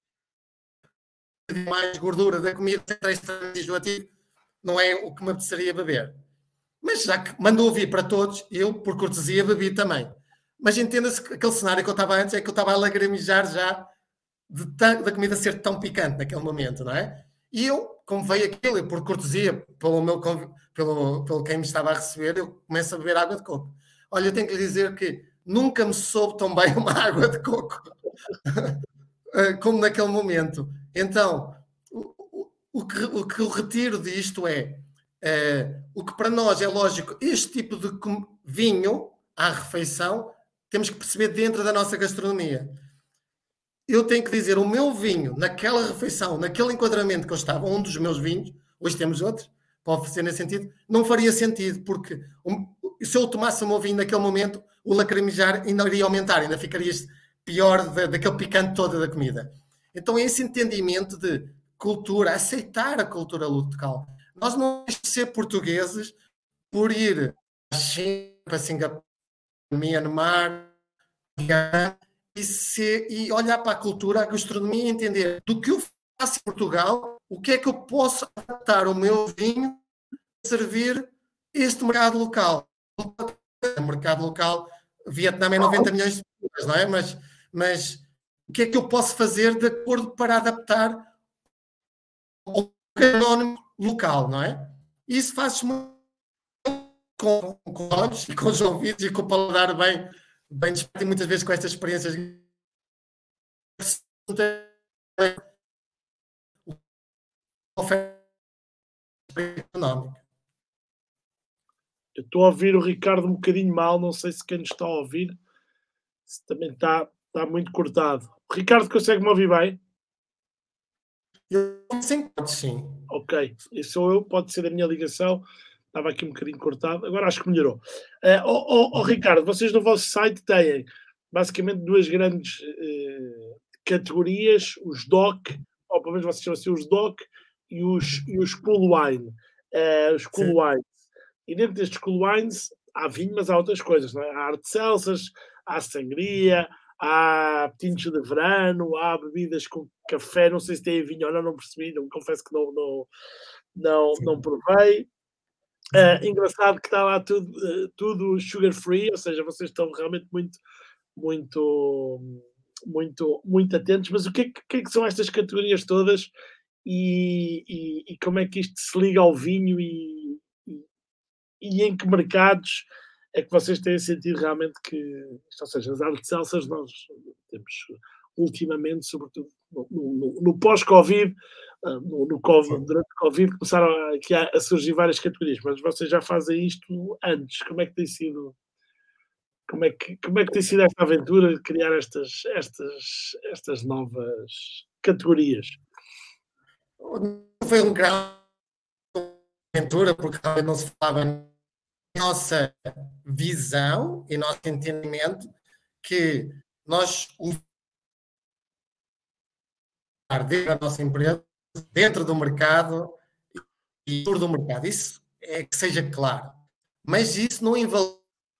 mais gordura da comida, enjoativo, não é o que me apeteceria beber. Mas já que mandou vir para todos, eu, por cortesia, bebi também. Mas entenda-se que aquele cenário que eu estava antes é que eu estava a lagrimijar já de da comida ser tão picante naquele momento, não é? E eu, como veio aquilo, eu, por cortesia, pelo, meu, pelo, pelo quem me estava a receber, eu começo a beber água de coco. Olha, eu tenho que lhe dizer que nunca me soube tão bem uma água de coco como naquele momento. Então, o, o, que, o que eu retiro disto é, é o que para nós é lógico, este tipo de vinho à refeição, temos que perceber dentro da nossa gastronomia. Eu tenho que dizer, o meu vinho, naquela refeição, naquele enquadramento que eu estava, um dos meus vinhos, hoje temos outros, para oferecer nesse sentido, não faria sentido, porque um, se eu tomasse o meu vinho naquele momento, o lacrimejar ainda iria aumentar, ainda ficaria pior da, daquele picante todo da comida. Então, esse entendimento de cultura, aceitar a cultura local. Nós não temos que ser portugueses por ir à China, para Singapura, Myanmar, e, ser, e olhar para a cultura, a gastronomia e entender do que eu faço em Portugal, o que é que eu posso adaptar o meu vinho a servir este mercado local. O mercado local, Vietnã é noventa milhões de pessoas, não é? Mas, mas o que é que eu posso fazer de acordo para adaptar ao canónimo local, não é? E isso faz-se com, com olhos e com os ouvidos e com o paladar bem bem desperto e muitas vezes com estas experiências económica. Eu estou a ouvir o Ricardo um bocadinho mal, não sei se quem nos está a ouvir se também está, está muito cortado. O Ricardo, consegue-me ouvir bem? Eu sim, sim. Ok, isso sou eu, pode ser a minha ligação. Estava aqui um bocadinho cortado, agora acho que melhorou. Uh, oh, oh, oh, Ricardo, vocês no vosso site têm basicamente duas grandes uh, categorias, os D O C, ou pelo menos vocês chamam assim os D O C, e os, e os Cool Wine. Uh, os Cool Sim. Wines. E dentro destes Cool Wines há vinho, mas há outras coisas, não é? Há arte Celsius, há sangria, há tintos de verano, há bebidas com café, não sei se tem vinho ou não, não percebi, não, confesso que não, não, não, não provei. Uh, engraçado que está lá tudo, uh, tudo sugar free, ou seja, vocês estão realmente muito, muito, muito, muito atentos. Mas o que é que, que é que são estas categorias todas e, e- e como é que isto se liga ao vinho e, e- e em que mercados é que vocês têm sentido realmente que, isto, ou seja, as artes salsas nós temos ultimamente, sobretudo no, no- no pós-Covid, ah, no, no COVID, durante o Covid, começaram a, aqui a, a surgir várias categorias, mas vocês já fazem isto antes. Como é que tem sido? Como é que, como é que tem sido esta aventura de criar estas, estas, estas novas categorias? Foi um grande aventura, porque realmente não se falava na nossa visão e nosso entendimento que nós, dentro da nossa empresa, dentro do mercado e fora do mercado. Isso é que seja claro. Mas isso não invalida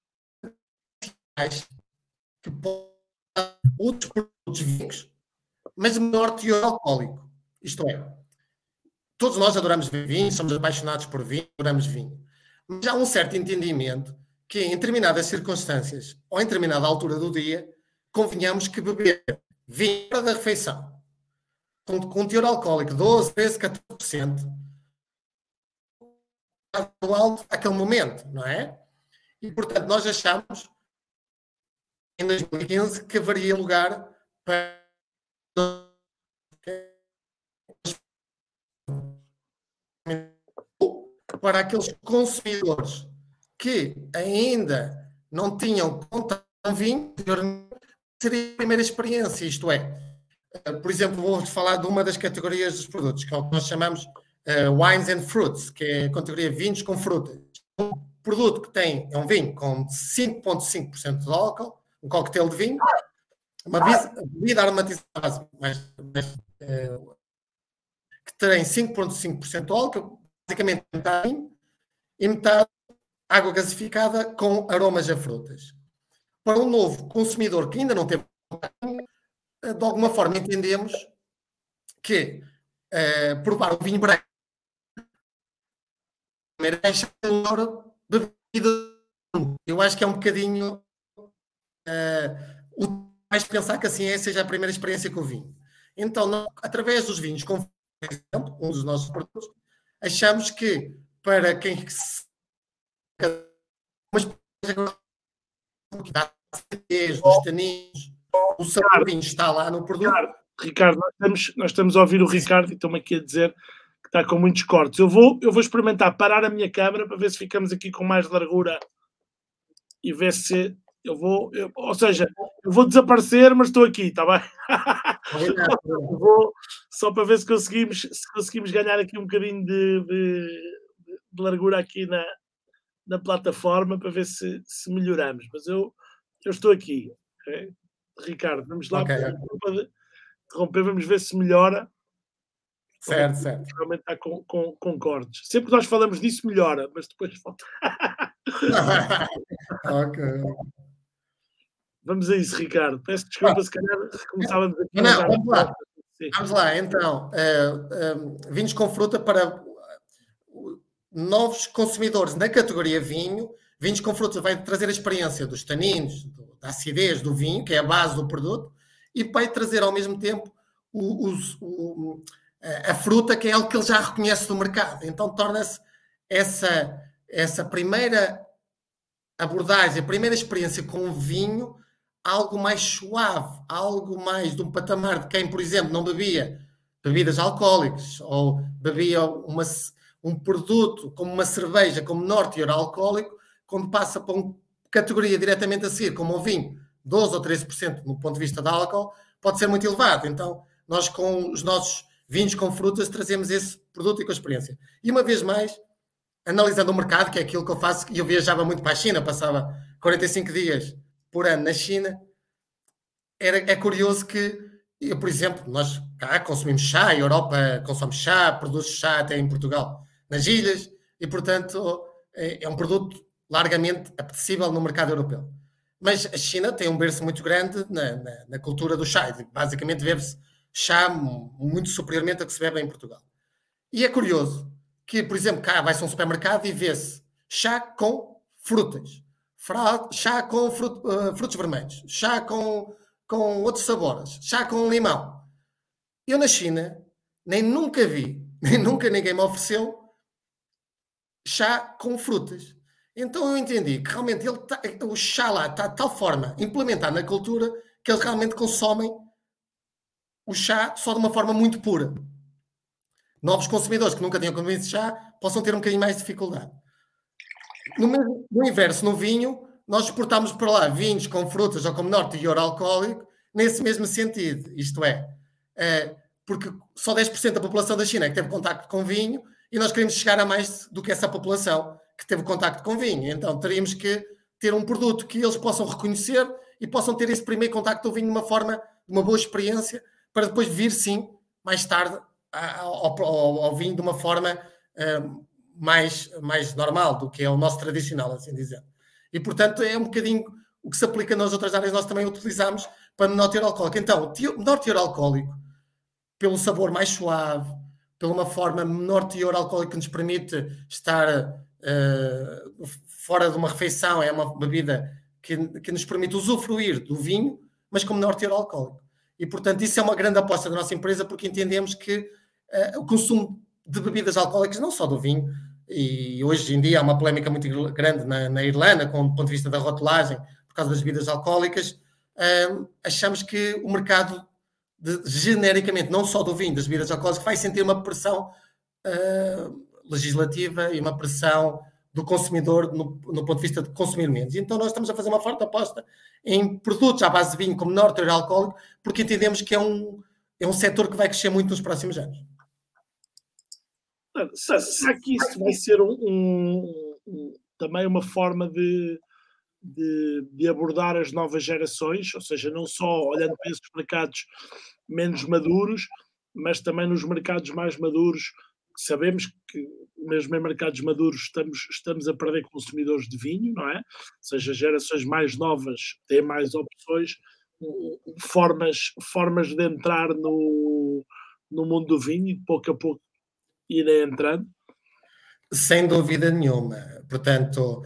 que outros produtos vinhos, mas de menor teor alcoólico. Isto é, todos nós adoramos vinho, somos apaixonados por vinho, adoramos vinho. Mas há um certo entendimento que, em determinadas circunstâncias ou em determinada altura do dia, convenhamos que beber vinho da refeição com, com teor alcoólico doze, treze, catorze por cento alto naquele momento, não é? E, portanto, nós achamos em dois mil e quinze que haveria lugar para para aqueles consumidores que ainda não tinham contato com vinho, seria a primeira experiência, isto é, por exemplo, vou falar de uma das categorias dos produtos, que é o que nós chamamos uh, Wines and Fruits, que é a categoria vinhos com frutas. Um produto que tem, é um vinho com cinco vírgula cinco por cento de álcool, um coquetel de vinho, uma bebida aromatizada mas, mas, uh, que tem cinco vírgula cinco por cento de álcool, basicamente metade vinho e metade água gasificada com aromas a frutas. Para um novo consumidor que ainda não teve, de alguma forma entendemos que uh, provar o vinho branco deixa bebida. Eu acho que é um bocadinho uh, o mais pensar que assim é, seja a primeira experiência com o vinho. Então, nós, através dos vinhos, como por exemplo, um dos nossos produtos, achamos que para quem se dos taninos, o sabor do vinho está lá no produto. Ricardo, Ricardo nós, estamos, nós estamos a ouvir o Ricardo e estão-me aqui a dizer que está com muitos cortes. Eu vou, eu vou experimentar parar a minha câmera para ver se ficamos aqui com mais largura e ver se eu vou, eu, ou seja, eu vou desaparecer, mas estou aqui, está bem? Eu vou, só para ver se conseguimos, se conseguimos ganhar aqui um bocadinho de, de, de largura aqui na, na plataforma para ver se, se melhoramos. Mas eu, eu estou aqui. Okay? Ricardo, vamos lá okay, para okay. interromper, vamos ver se melhora. Certo, certo. Realmente está com, com, com cortes. Sempre que nós falamos disso, melhora, mas depois falta. Ok. Vamos a isso, Ricardo. Peço desculpa, ah, se calhar recomeçávamos aqui. Não, não, vamos lá. Vamos lá, então. Uh, uh, vinhos com fruta para novos consumidores na categoria vinho. Vinhos com fruta vai trazer a experiência dos taninos, da acidez do vinho, que é a base do produto, e vai trazer ao mesmo tempo o, o, o, a fruta, que é algo que ele já reconhece do mercado. Então torna-se essa, essa primeira abordagem, a primeira experiência com o vinho, algo mais suave, algo mais de um patamar de quem, por exemplo, não bebia bebidas alcoólicas ou bebia uma, um produto como uma cerveja com menor teor alcoólico, quando passa para uma categoria diretamente a seguir, como o vinho, doze ou treze por cento no ponto de vista de álcool, pode ser muito elevado. Então, nós com os nossos vinhos com frutas trazemos esse produto e com a experiência. E uma vez mais, analisando o mercado, que é aquilo que eu faço, e eu viajava muito para a China, passava quarenta e cinco dias por ano na China, era, é curioso que, eu, por exemplo, nós cá consumimos chá, a Europa consome chá, produz chá até em Portugal, nas ilhas, e portanto é, é um produto largamente apetecível no mercado europeu. Mas a China tem um berço muito grande na, na, na cultura do chá. Basicamente bebe-se chá muito superiormente a que se bebe em Portugal. E é curioso que, por exemplo, cá vai-se a um supermercado e vê-se chá com frutas, chá com fruto, uh, frutos vermelhos, chá com, com outros sabores, chá com limão. Eu na China nem nunca vi, nem nunca ninguém me ofereceu chá com frutas. Então eu entendi que realmente ele tá, o chá lá está de tal forma implementado na cultura que eles realmente consomem o chá só de uma forma muito pura. Novos consumidores que nunca tinham consumido chá possam ter um bocadinho mais de dificuldade. No, mesmo, no inverso, no vinho, nós exportamos para lá vinhos com frutas ou com menor teor alcoólico nesse mesmo sentido. Isto é, é porque só dez por cento da população da China é que teve contacto com vinho e nós queremos chegar a mais do que essa população que teve contacto com vinho. Então teríamos que ter um produto que eles possam reconhecer e possam ter esse primeiro contacto com o vinho de uma forma, de uma boa experiência, para depois vir, sim, mais tarde, ao, ao, ao vinho de uma forma uh, mais, mais normal do que é o nosso tradicional, assim dizer. E, portanto, é um bocadinho o que se aplica nas outras áreas, nós também utilizamos para menor teor alcoólico. Então, o menor teor alcoólico, pelo sabor mais suave, pela uma forma menor teor alcoólico que nos permite estar uh, fora de uma refeição, é uma bebida que, que nos permite usufruir do vinho, mas com menor teor alcoólico. E, portanto, isso é uma grande aposta da nossa empresa, porque entendemos que uh, o consumo de bebidas alcoólicas, não só do vinho, e hoje em dia há uma polémica muito grande na, na Irlanda, com o ponto de vista da rotulagem, por causa das bebidas alcoólicas, uh, achamos que o mercado, de, genericamente, não só do vinho, das bebidas alcoólicas, vai sentir uma pressão uh, legislativa e uma pressão do consumidor no, no ponto de vista de consumir menos. Então nós estamos a fazer uma forte aposta em produtos à base de vinho com menor teor alcoólico, porque entendemos que é um, é um setor que vai crescer muito nos próximos anos. Será que isso vai ser um, um, um, também uma forma de, de, de abordar as novas gerações, ou seja, não só olhando para esses mercados menos maduros, mas também nos mercados mais maduros? Sabemos que mesmo em mercados maduros estamos, estamos a perder consumidores de vinho, não é? Ou seja, gerações mais novas têm mais opções, formas, formas de entrar no, no mundo do vinho e de pouco a pouco irem entrando. Sem dúvida nenhuma. Portanto,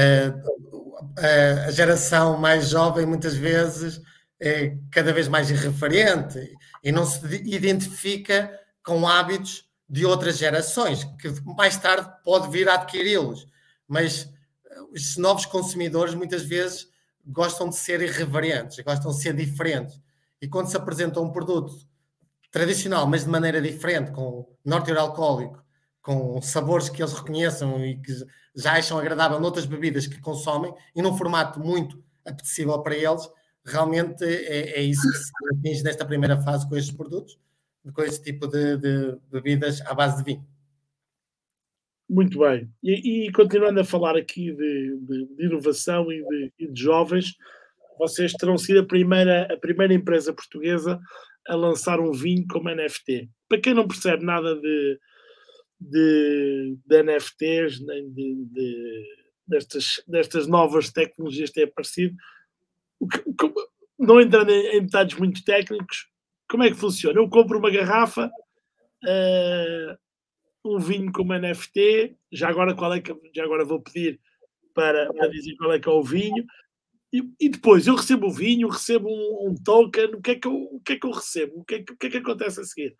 a geração mais jovem muitas vezes é cada vez mais irreferente e não se identifica com hábitos de outras gerações, que mais tarde pode vir a adquiri-los. Mas os novos consumidores muitas vezes gostam de ser irreverentes, gostam de ser diferentes. E quando se apresenta um produto tradicional, mas de maneira diferente, com menor teor alcoólico, com sabores que eles reconheçam e que já acham agradável noutras bebidas que consomem, e num formato muito apetecível para eles, realmente é, é isso que se atinge nesta primeira fase com estes produtos, com este tipo de, de bebidas à base de vinho. Muito bem. E, e continuando a falar aqui de, de, de inovação e de, e de jovens, vocês terão sido a primeira, a primeira empresa portuguesa a lançar um vinho como N F T. Para quem não percebe nada de, de, de N F Ts, nem de, de, destas, destas novas tecnologias que têm aparecido, o que, o, não entrando em, em detalhes muito técnicos, como é que funciona? Eu compro uma garrafa, uh, um vinho como N F T, já agora, qual é que, já agora vou pedir para, para dizer qual é que é o vinho, e, e depois eu recebo o vinho, recebo um, um token, o que, é que eu, o que é que eu recebo? O que é que, o que, é que acontece a seguir?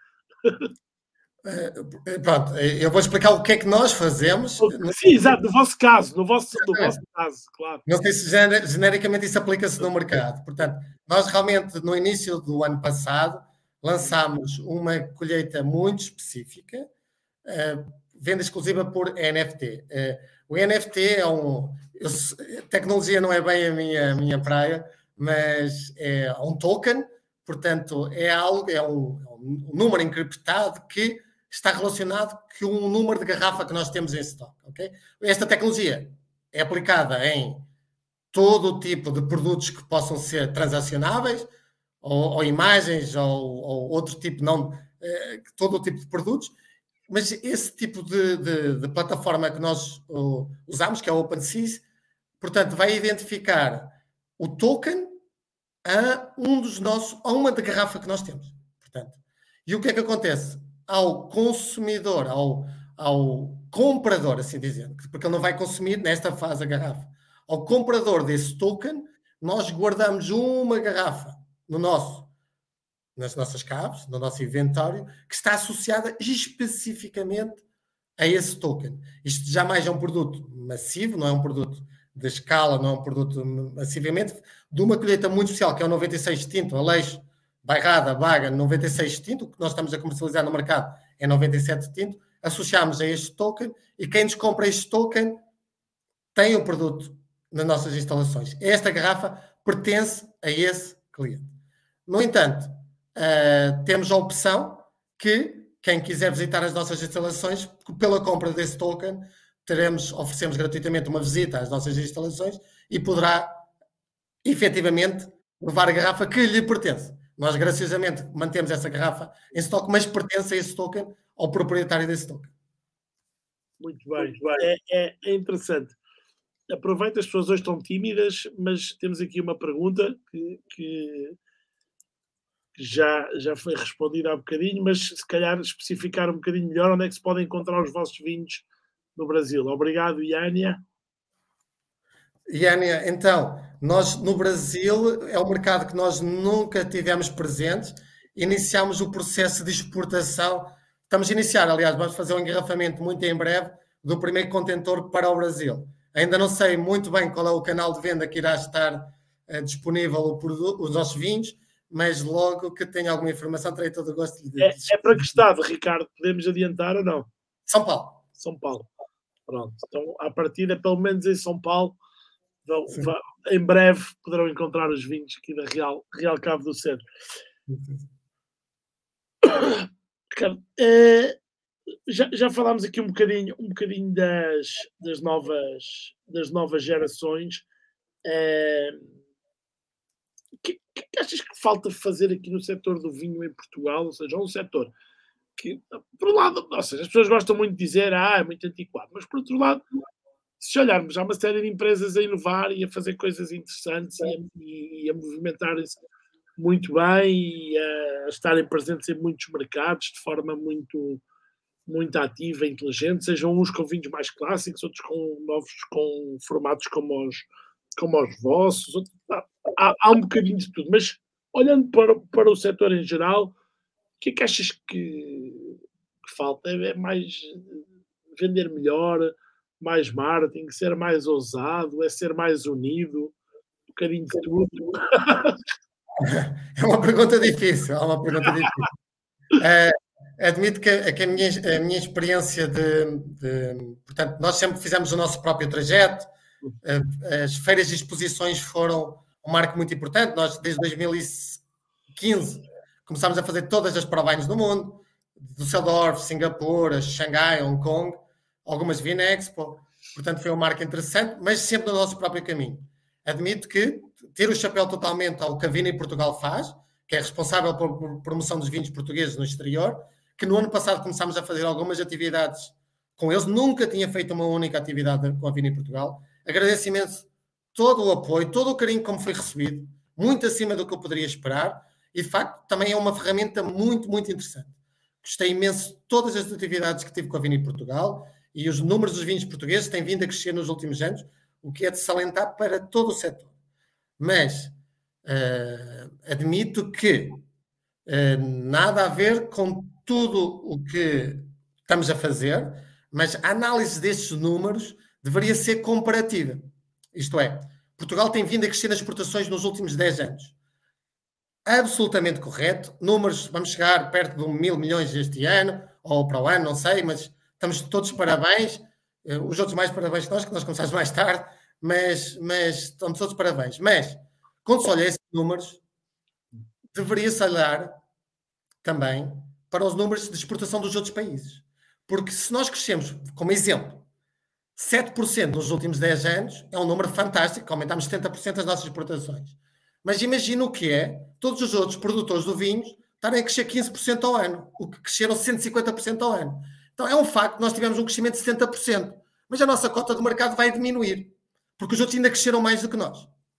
Uh, pronto, eu vou explicar o que é que nós fazemos. Sim, exato, no vosso caso, no vosso, no vosso caso, claro. Não sei se genericamente isso aplica-se no mercado. Portanto, nós realmente, no início do ano passado, lançámos uma colheita muito específica, uh, venda exclusiva por N F T. Uh, o N F T é um... Eu, tecnologia não é bem a minha, a minha praia, mas é um token, portanto, é algo, é um, um número encriptado que está relacionado com um número de garrafa que nós temos em stock. Okay? Esta tecnologia é aplicada em todo o tipo de produtos que possam ser transacionáveis, ou, ou imagens, ou, ou outro tipo, não, eh, todo o tipo de produtos, mas esse tipo de, de, de plataforma que nós uh, usamos, que é o OpenSea, portanto, vai identificar o token a um dos nossos, a uma de garrafa que nós temos. Portanto, e o que é que acontece? Ao consumidor, ao, ao comprador, assim dizendo, porque ele não vai consumir nesta fase a garrafa. Ao comprador desse token, nós guardamos uma garrafa no nosso, nas nossas caves, no nosso inventário, que está associada especificamente a esse token. Isto jamais é um produto massivo, não é um produto de escala, não é um produto massivamente, de uma colheita muito especial, que é o noventa e seis tinto, Aleixo, Bairrada, Baga, noventa e seis tinto, que nós estamos a comercializar no mercado é noventa e sete tinto, associamos a este token e quem nos compra este token tem o produto nas nossas instalações. Esta garrafa pertence a esse cliente. No entanto, uh, temos a opção que quem quiser visitar as nossas instalações, pela compra desse token, teremos, oferecemos gratuitamente uma visita às nossas instalações e poderá efetivamente levar a garrafa que lhe pertence. Nós graciosamente mantemos essa garrafa em estoque, mas pertence a esse token, ao proprietário desse token. Muito bem, Muito bem. É, é, é interessante. Aproveito, as pessoas hoje estão tímidas, mas temos aqui uma pergunta que, que, que já, já foi respondida há bocadinho, mas se calhar especificar um bocadinho melhor onde é que se podem encontrar os vossos vinhos no Brasil. Obrigado, Iânia. Iânia, então, nós no Brasil é um mercado que nós nunca tivemos presentes. Iniciámos o processo de exportação. Estamos a iniciar, aliás, vamos fazer um engarrafamento muito em breve do primeiro contentor para o Brasil. Ainda não sei muito bem qual é o canal de venda que irá estar uh, disponível o produto, os nossos vinhos, mas logo que tenha alguma informação terei todo o gosto de... É, é para que estado, Ricardo? Podemos adiantar ou não? São Paulo. São Paulo. Pronto. Então, à partida, pelo menos em São Paulo, vão, vão, em breve poderão encontrar os vinhos aqui da Real, Real Cabo do Centro. Ricardo, é, já, já falámos aqui um bocadinho, um bocadinho das, das, novas, das novas gerações. É, o que, que achas que falta fazer aqui no setor do vinho em Portugal? Ou seja, um setor que, por um lado, ou seja, as pessoas gostam muito de dizer ah, é muito antiquado, mas por outro lado, se olharmos, há uma série de empresas a inovar e a fazer coisas interessantes e a, e a movimentarem-se muito bem e a estarem presentes em muitos mercados de forma muito, muito ativa e inteligente, sejam uns com vinhos mais clássicos, outros com novos, com formatos como os, como os vossos. Outros, há, há um bocadinho de tudo, mas olhando para, para o setor em geral, o que é que achas que, que falta? É mais vender melhor, mais marketing, ser mais ousado, é ser mais unido, um bocadinho de tudo? É uma pergunta difícil, é uma pergunta difícil. É, admito que, que a, minha, a minha experiência de, de... Portanto, nós sempre fizemos o nosso próprio trajeto, as feiras de exposições foram um marco muito importante. Nós, desde dois mil e quinze, começámos a fazer todas as Prowines do mundo, Düsseldorf, Singapura, Xangai, Hong Kong, algumas Vina Expo. Portanto, foi um marco interessante, mas sempre no nosso próprio caminho. Admito que ter o chapéu totalmente ao que a Vina em Portugal faz, que é responsável por promoção dos vinhos portugueses no exterior, que no ano passado começámos a fazer algumas atividades com eles, nunca tinha feito uma única atividade com a Vina em Portugal. Agradeço imenso todo o apoio, todo o carinho como foi recebido, muito acima do que eu poderia esperar, e de facto também é uma ferramenta muito, muito interessante. Gostei imenso de todas as atividades que tive com a Vina em Portugal, e os números dos vinhos portugueses têm vindo a crescer nos últimos anos, o que é de salientar para todo o setor. Mas uh, admito que uh, nada a ver com tudo o que estamos a fazer, mas a análise destes números deveria ser comparativa. Isto é, Portugal tem vindo a crescer nas exportações nos últimos dez anos. Absolutamente correto. Números, vamos chegar perto de um mil milhões este ano, ou para o ano, não sei, mas estamos todos parabéns. Os outros mais parabéns que nós, que nós começamos mais tarde, mas, mas estamos todos parabéns. Mas, quando se olha esses números, deveria-se olhar também para os números de exportação dos outros países. Porque se nós crescemos, como exemplo, sete por cento nos últimos dez anos, é um número fantástico, aumentamos setenta por cento das nossas exportações. Mas imagina o que é todos os outros produtores do vinho estarem a crescer quinze por cento ao ano, o que cresceram cento e cinquenta por cento ao ano. Então é um facto que nós tivemos um crescimento de setenta por cento, mas a nossa cota de mercado vai diminuir, porque os outros ainda cresceram mais do que nós.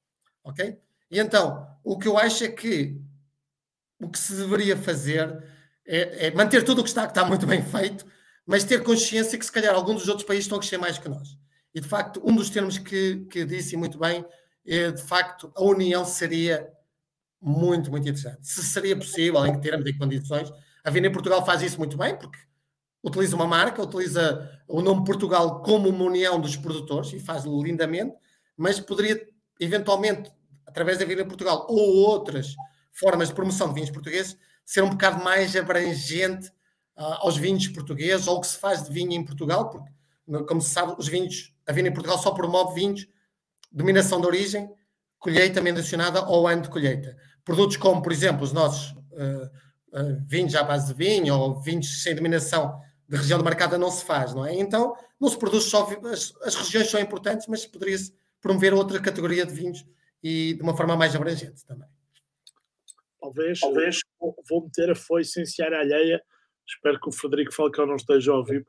ok? E então, o que eu acho é que o que se deveria fazer é, é manter tudo o que está, que está muito bem feito, mas ter consciência que se calhar alguns dos outros países estão a crescer mais que nós. E de facto, um dos termos que, que disse muito bem é de facto a união seria muito, muito interessante. Se seria possível, em que termos e condições, a Vina em Portugal faz isso muito bem, porque utiliza uma marca, utiliza o nome Portugal como uma união dos produtores e faz lindamente, mas poderia eventualmente, através da Vina em Portugal ou outras formas de promoção de vinhos portugueses, ser um bocado mais abrangente uh, aos vinhos portugueses ou o que se faz de vinho em Portugal, porque, como se sabe, os vinhos, a Vina em Portugal só promove vinhos, denominação de origem, colheita mencionada ao ano de colheita. Produtos como, por exemplo, os nossos uh, uh, vinhos à base de vinho ou vinhos sem denominação de região demarcada não se faz, não é? Então, não se produz só... As, as regiões são importantes, mas poderia-se promover outra categoria de vinhos e de uma forma mais abrangente também. Talvez, talvez vou meter a foice em seara alheia. Espero que o Frederico Falcão não esteja a ouvir.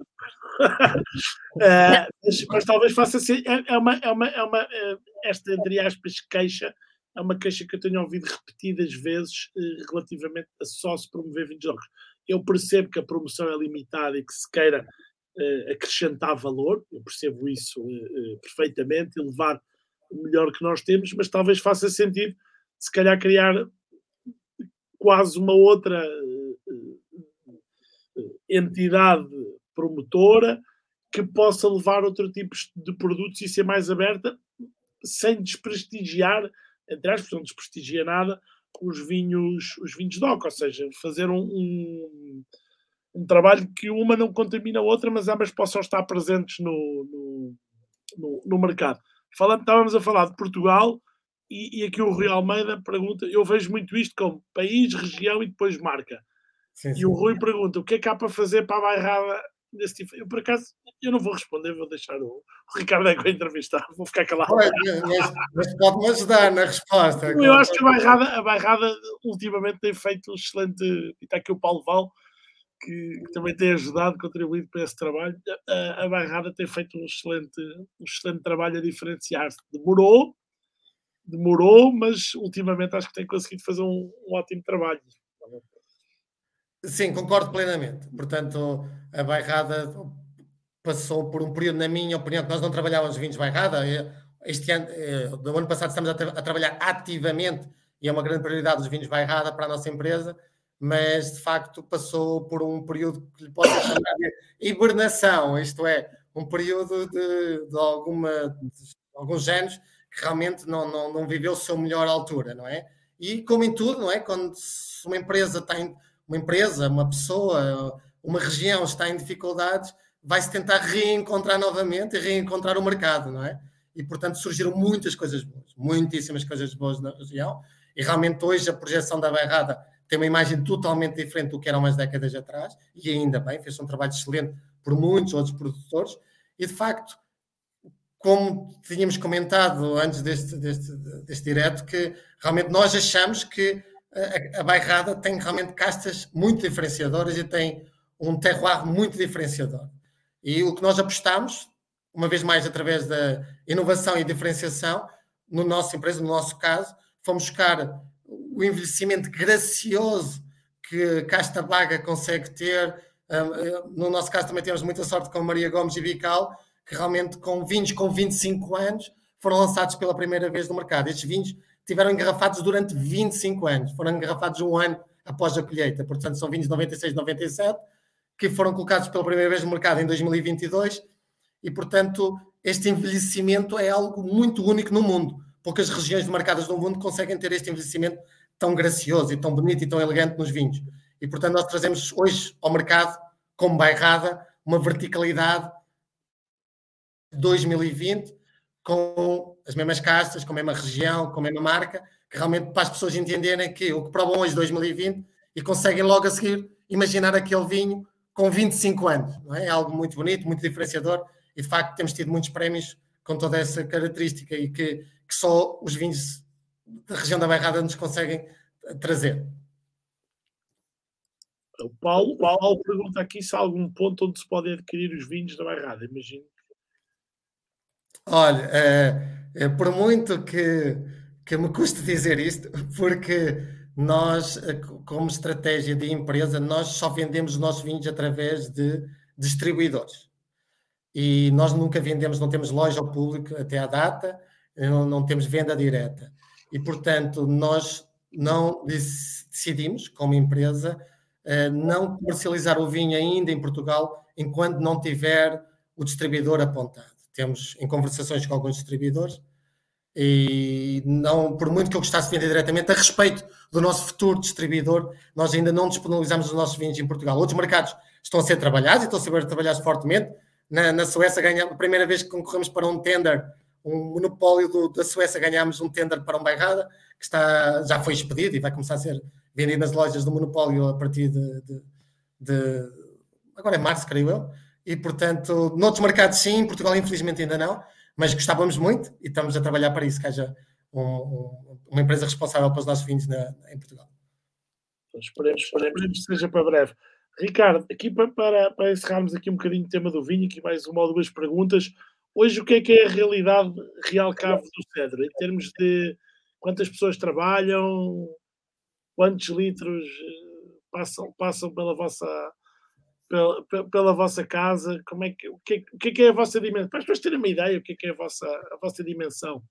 uh, mas, mas talvez faça assim. É, é, uma, é, uma, é uma. Esta, entre aspas, queixa, é uma queixa que eu tenho ouvido repetidas vezes uh, relativamente a só se promover vinhos de óculos. Eu percebo que a promoção é limitada e que se queira uh, acrescentar valor, eu percebo isso uh, uh, perfeitamente, e levar o melhor que nós temos, mas talvez faça sentido, se calhar, criar quase uma outra uh, uh, entidade promotora que possa levar outro tipo de produtos e ser mais aberta, sem desprestigiar, entre aspas, não desprestigia nada, os vinhos, os vinhos D O C, ou seja, fazer um, um, um trabalho que uma não contamina a outra, mas ambas possam estar presentes no, no, no, no mercado. Falando, estávamos a falar de Portugal, e, e aqui o Rui Almeida pergunta, eu vejo muito isto como país, região e depois marca. Sim, e sim. O Rui pergunta, o que é que há para fazer para a bairrada desse tipo? Eu, por acaso, eu não vou responder, vou deixar o, o Ricardo Eco entrevistar, vou ficar calado. Mas, mas pode-me ajudar na resposta. Eu claro. Acho que a bairrada, a bairrada ultimamente tem feito um excelente, e está aqui o Paulo Val, que, que também tem ajudado, contribuído para esse trabalho. A, a bairrada tem feito um excelente, um excelente trabalho a diferenciar-se. Demorou, demorou, mas ultimamente acho que tem conseguido fazer um, um ótimo trabalho. Sim, concordo plenamente. Portanto, a bairrada passou por um período, na minha opinião, que nós não trabalhávamos vinhos bairrada. Este ano, do ano passado, estamos a, tra- a trabalhar ativamente e é uma grande prioridade os vinhos bairrada para a nossa empresa, mas de facto passou por um período que lhe posso chamar de hibernação, isto é, um período de, de, alguma, de alguns anos que realmente não, não, não viveu a sua melhor altura, não é? E como em tudo, não é? Quando uma empresa tem uma empresa, uma pessoa, uma região está em dificuldades, vai-se tentar reencontrar novamente e reencontrar o mercado, não é? E, portanto, surgiram muitas coisas boas, muitíssimas coisas boas na região, e realmente hoje a projeção da bairrada tem uma imagem totalmente diferente do que era há umas décadas atrás, e ainda bem, fez um trabalho excelente por muitos outros produtores, e de facto, como tínhamos comentado antes deste, deste, deste direto, que realmente nós achamos que a, a bairrada tem realmente castas muito diferenciadoras e tem um terroir muito diferenciador. E o que nós apostamos, uma vez mais através da inovação e diferenciação, no nosso empresa, no nosso caso, fomos buscar o envelhecimento gracioso que a Casta Baga consegue ter. No nosso caso também temos muita sorte com a Maria Gomes e Bical, que realmente com vinhos com vinte e cinco anos foram lançados pela primeira vez no mercado. Estes vinhos tiveram engarrafados durante vinte e cinco anos, foram engarrafados um ano após a colheita, portanto são vinhos de noventa e seis, noventa e sete, que foram colocados pela primeira vez no mercado em dois mil e vinte e dois, e portanto este envelhecimento é algo muito único no mundo. Poucas regiões demarcadas no mundo conseguem ter este envelhecimento tão gracioso e tão bonito e tão elegante nos vinhos. E portanto nós trazemos hoje ao mercado, como bairrada, uma verticalidade de dois mil e vinte, com as mesmas castas, com a mesma região, com a mesma marca, que realmente para as pessoas entenderem que o que provam hoje dois mil e vinte e conseguem logo a seguir imaginar aquele vinho com vinte e cinco anos, não é? É algo muito bonito, muito diferenciador, e de facto temos tido muitos prémios com toda essa característica e que, que só os vinhos da região da Bairrada nos conseguem trazer. O Paulo, o Paulo pergunta aqui se há algum ponto onde se podem adquirir os vinhos da Bairrada, imagino. Olha, é, é, por muito que, que me custa dizer isto, porque nós, como estratégia de empresa, nós só vendemos os nossos vinhos através de distribuidores. E nós nunca vendemos, não temos loja ao público até à data, não, não temos venda direta. E, portanto, nós não decidimos, como empresa, não comercializar o vinho ainda em Portugal enquanto não tiver o distribuidor apontado. Temos em conversações com alguns distribuidores e não, por muito que eu gostasse de vender diretamente, a respeito do nosso futuro distribuidor, nós ainda não disponibilizamos os nossos vinhos em Portugal. Outros mercados estão a ser trabalhados e estão a ser trabalhados fortemente. Na, na Suécia, ganha, a primeira vez que concorremos para um tender, um monopólio do, da Suécia, ganhámos um tender para um bairrada, que está, já foi expedido e vai começar a ser vendido nas lojas do monopólio a partir de, de, de agora é março, creio eu. E, portanto, noutros mercados sim, em Portugal infelizmente ainda não, mas gostávamos muito e estamos a trabalhar para isso, que haja um, um, uma empresa responsável pelos nossos vinhos na, em Portugal. Esperemos, esperemos que seja para breve. Ricardo, aqui para, para encerrarmos aqui um bocadinho o tema do vinho, aqui mais uma ou duas perguntas. Hoje, o que é que é a realidade Real Cave do Cedro? Em termos de quantas pessoas trabalham, quantos litros passam, passam pela vossa... Pela, pela vossa casa, como é que, o, que é, o que é que é a vossa dimensão? Para as pessoas terem uma ideia, o que é que é a vossa, a vossa dimensão?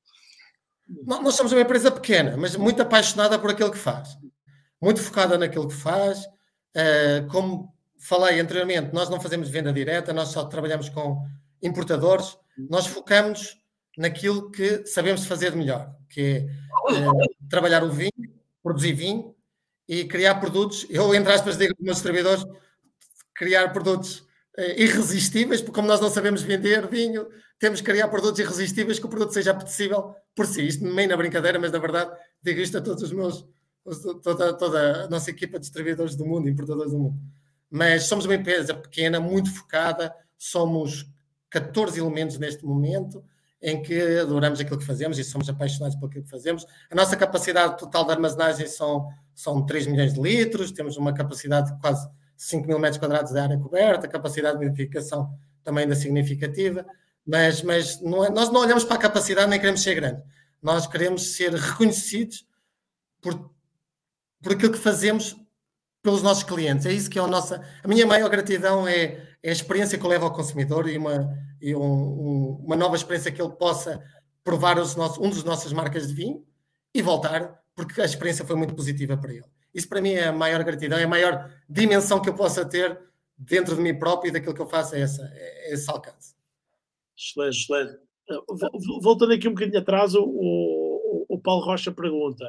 Nós somos uma empresa pequena, mas muito apaixonada por aquilo que faz. Muito focada naquilo que faz. Uh, como falei anteriormente, nós não fazemos venda direta, nós só trabalhamos com importadores. Nós focamos naquilo que sabemos fazer de melhor, que é uh, trabalhar o vinho, produzir vinho e criar produtos. Eu, entre aspas, digo aos meus distribuidores, criar produtos uh, irresistíveis, porque como nós não sabemos vender vinho, temos que criar produtos irresistíveis, que o produto seja apetecível por si. Isto meio na brincadeira, mas na verdade digo isto a todos os meus, toda, toda a nossa equipa de distribuidores do mundo, importadores do mundo. Mas somos uma empresa pequena, muito focada, somos catorze elementos neste momento, em que adoramos aquilo que fazemos e somos apaixonados por aquilo que fazemos. A nossa capacidade total de armazenagem são, são três milhões de litros, temos uma capacidade de quase cinco mil metros quadrados de área coberta, a capacidade de nidificação também ainda significativa, mas, mas não é, nós não olhamos para a capacidade nem queremos ser grandes. Nós queremos ser reconhecidos por, por aquilo que fazemos pelos nossos clientes. É isso que é a nossa... A minha maior gratidão é, é a experiência que eu levo ao consumidor e, uma, e um, um, uma nova experiência que ele possa provar os nossos, um dos nossas marcas de vinho e voltar, porque a experiência foi muito positiva para ele. Isso para mim é a maior gratidão, é a maior dimensão que eu possa ter dentro de mim próprio e daquilo que eu faço, é, essa, é esse alcance. Excelente, excelente. Voltando aqui um bocadinho atrás, o, o, o Paulo Rocha pergunta: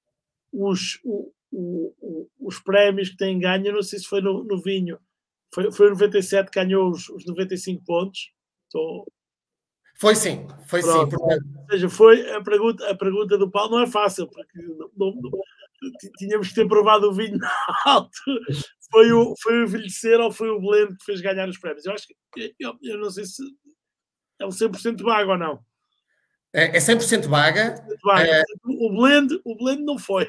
os, o, o, os prémios que têm ganho, eu não sei se foi no, no vinho, foi, foi o noventa e sete que ganhou os, os noventa e cinco pontos. Estou... Foi sim, foi Pronto. sim. Portanto... Ou seja, foi a pergunta, a pergunta do Paulo não é fácil, porque não, não, não, tínhamos que ter provado o vinho alto. Foi o, foi o envelhecer ou foi o blend que fez ganhar os prémios? Eu acho que, eu, eu não sei se é um cem por cento vaga ou não. É, é cem por cento vaga. cem por cento vaga. É... O, blend, o blend não foi.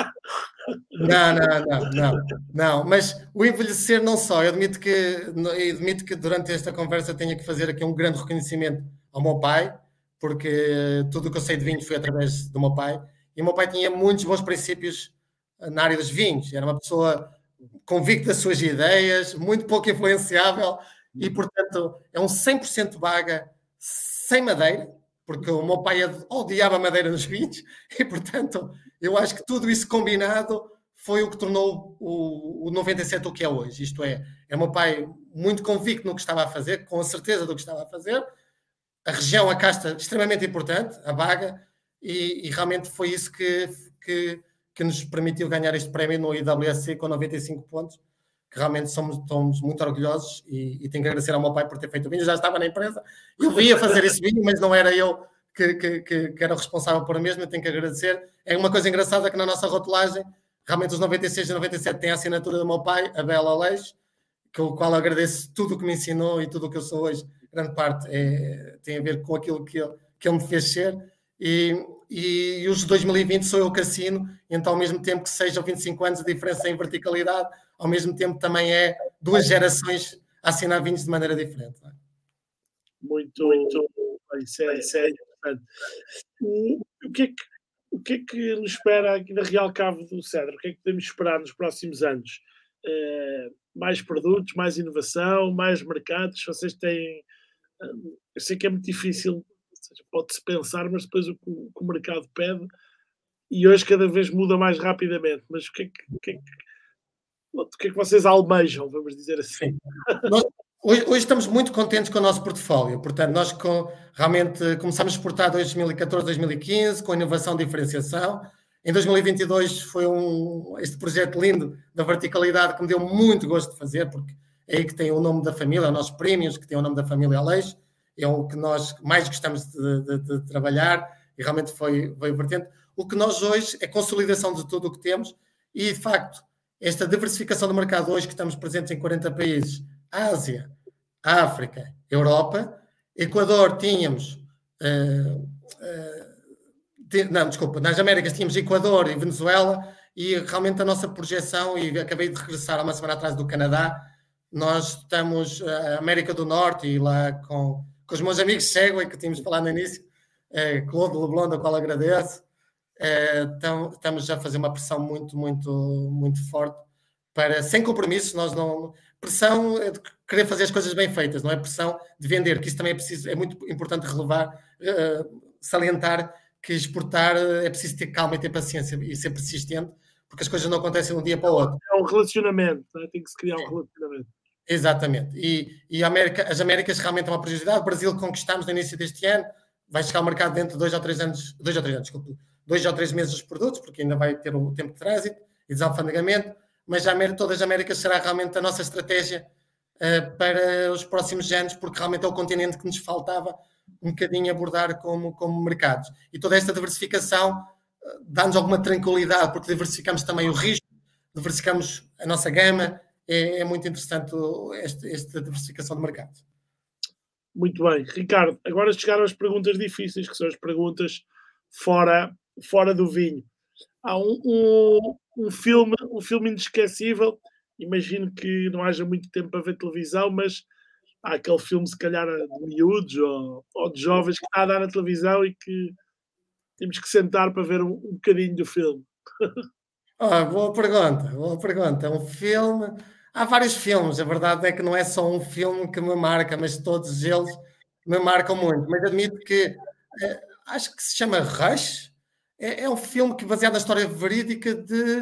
Não, não, não, não, não. Mas o envelhecer não só. Eu admito que, eu admito que durante esta conversa tenha que fazer aqui um grande reconhecimento ao meu pai, porque tudo o que eu sei de vinhos foi através do meu pai. E o meu pai tinha muitos bons princípios na área dos vinhos. Era uma pessoa convicta das suas ideias, muito pouco influenciável e, portanto, é um cem por cento vaga sem madeira, porque o meu pai odiava madeira nos vinhos e, portanto, eu acho que tudo isso combinado foi o que tornou o, o noventa e sete o que é hoje. Isto é, é o meu pai muito convicto no que estava a fazer, com a certeza do que estava a fazer. A região, a casta, extremamente importante, a vaga, e, e realmente foi isso que, que, que nos permitiu ganhar este prémio no I W S C com noventa e cinco pontos, que realmente somos, somos muito orgulhosos e, e tenho que agradecer ao meu pai por ter feito o vinho. Eu já estava na empresa, eu ia fazer esse vinho, mas não era eu que, que, que, que era o responsável por a mesma, eu tenho que agradecer. É uma coisa engraçada que na nossa rotulagem, realmente os noventa e seis e noventa e sete têm a assinatura do meu pai, Abel Aleixo, que o qual agradeço tudo o que me ensinou e tudo o que eu sou hoje. Grande parte é, tem a ver com aquilo que ele, que ele me fez ser. E, e, e os dois mil e vinte sou eu que assino, então ao mesmo tempo que sejam vinte e cinco anos de diferença em verticalidade, ao mesmo tempo também é duas gerações a assinar vinhos de maneira diferente. Não é? Muito, muito, isso é, isso é interessante. O, o, que é que, o que é que nos espera aqui na Real Cave do Cedro? O que é que podemos esperar nos próximos anos? Uh, mais produtos, mais inovação, mais mercados? Vocês têm... Uh, eu sei que é muito difícil, pode-se pensar, mas depois o que o, o mercado pede, e hoje cada vez muda mais rapidamente. Mas o que é que, o que, é que, o que, é que vocês almejam, vamos dizer assim? Sim. Nós, hoje, hoje estamos muito contentes com o nosso portfólio. Portanto, nós com, realmente começamos a exportar dois mil e catorze, dois mil e quinze, com inovação e diferenciação. Em dois mil e vinte e dois foi um, este projeto lindo da verticalidade que me deu muito gosto de fazer, porque é aí que tem o nome da família, os nossos prémios, que tem o nome da família Aleixo, é o que nós mais gostamos de, de, de trabalhar, e realmente foi, foi vertente. O que nós hoje é consolidação de tudo o que temos, e de facto, esta diversificação do mercado hoje, que estamos presentes em quarenta países, Ásia, África, Europa, Equador tínhamos... Uh, uh, Não, desculpa, nas Américas tínhamos Equador e Venezuela, e realmente a nossa projeção, e acabei de regressar há uma semana atrás do Canadá, nós estamos a América do Norte, e lá com, com os meus amigos Segway, que tínhamos falado no início, eh, Claude Leblon, ao qual agradeço, eh, então, estamos já a fazer uma pressão muito, muito, muito forte, para, sem compromisso, nós não... Pressão é de querer fazer as coisas bem feitas, não é pressão de vender, que isso também é preciso, é muito importante relevar, eh, salientar, que exportar é preciso ter calma e ter paciência e ser persistente, porque as coisas não acontecem de um dia para o outro. É um relacionamento, né? Tem que se criar um relacionamento. Exatamente. E, e a América, as Américas realmente é uma prioridade. O Brasil conquistámos no início deste ano, vai chegar ao mercado dentro de dois ou três anos, dois ou três anos, desculpe, dois ou três meses os produtos, porque ainda vai ter o tempo de trânsito e desalfandegamento, mas a América, todas as Américas será realmente a nossa estratégia uh, para os próximos anos, porque realmente é o continente que nos faltava um bocadinho abordar como, como mercados. E toda esta diversificação uh, dá-nos alguma tranquilidade, porque diversificamos também o risco, diversificamos a nossa gama, é, é muito interessante este, esta diversificação de mercados. Muito bem. Ricardo, agora chegaram as perguntas difíceis, que são as perguntas fora, fora do vinho. Há um, um, um, filme, um filme inesquecível, imagino que não haja muito tempo para ver televisão, mas há aquele filme, se calhar, de miúdos ou, ou de jovens que está a dar na televisão e que temos que sentar para ver um, um bocadinho do filme. Oh, boa pergunta, boa pergunta. Um filme... Há vários filmes, a verdade é que não é só um filme que me marca, mas todos eles me marcam muito. Mas admito que, eh, acho que se chama Rush, é, é um filme que baseado na história verídica de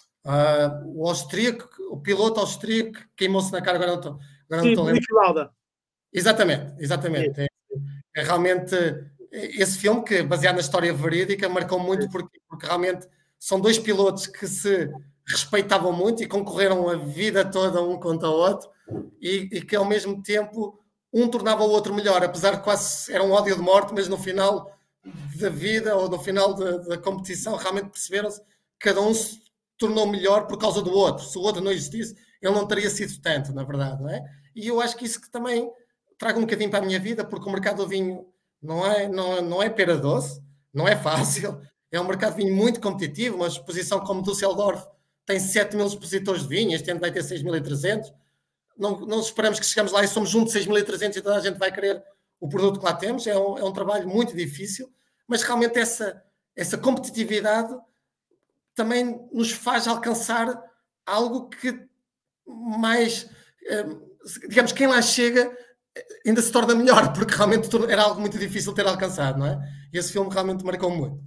uh, o austríaco, o piloto austríaco que queimou-se na cara, agora não estou... Sim, Niki Lauda. Exatamente, exatamente. É, é realmente esse filme que, baseado na história verídica, marcou muito porque, porque realmente são dois pilotos que se respeitavam muito e concorreram a vida toda um contra o outro e, e que ao mesmo tempo um tornava o outro melhor, apesar de quase era um ódio de morte, mas no final da vida ou no final da, da competição realmente perceberam-se que cada um se tornou melhor por causa do outro. Se o outro não existisse, ele não teria sido tanto, na verdade, não é? E eu acho que isso que também trago um bocadinho para a minha vida, porque o mercado do vinho não é, não, não é pera doce, não é fácil, é um mercado de vinho muito competitivo, uma exposição como Düsseldorf tem sete mil expositores de vinho, este ano vai ter seis mil e trezentos, não, não esperamos que chegamos lá e somos juntos de seis mil e trezentos e toda a gente vai querer o produto que lá temos, é um, é um trabalho muito difícil, mas realmente essa, essa competitividade também nos faz alcançar algo que mais, digamos, quem lá chega ainda se torna melhor, porque realmente era algo muito difícil ter alcançado, não é? E esse filme realmente marcou muito.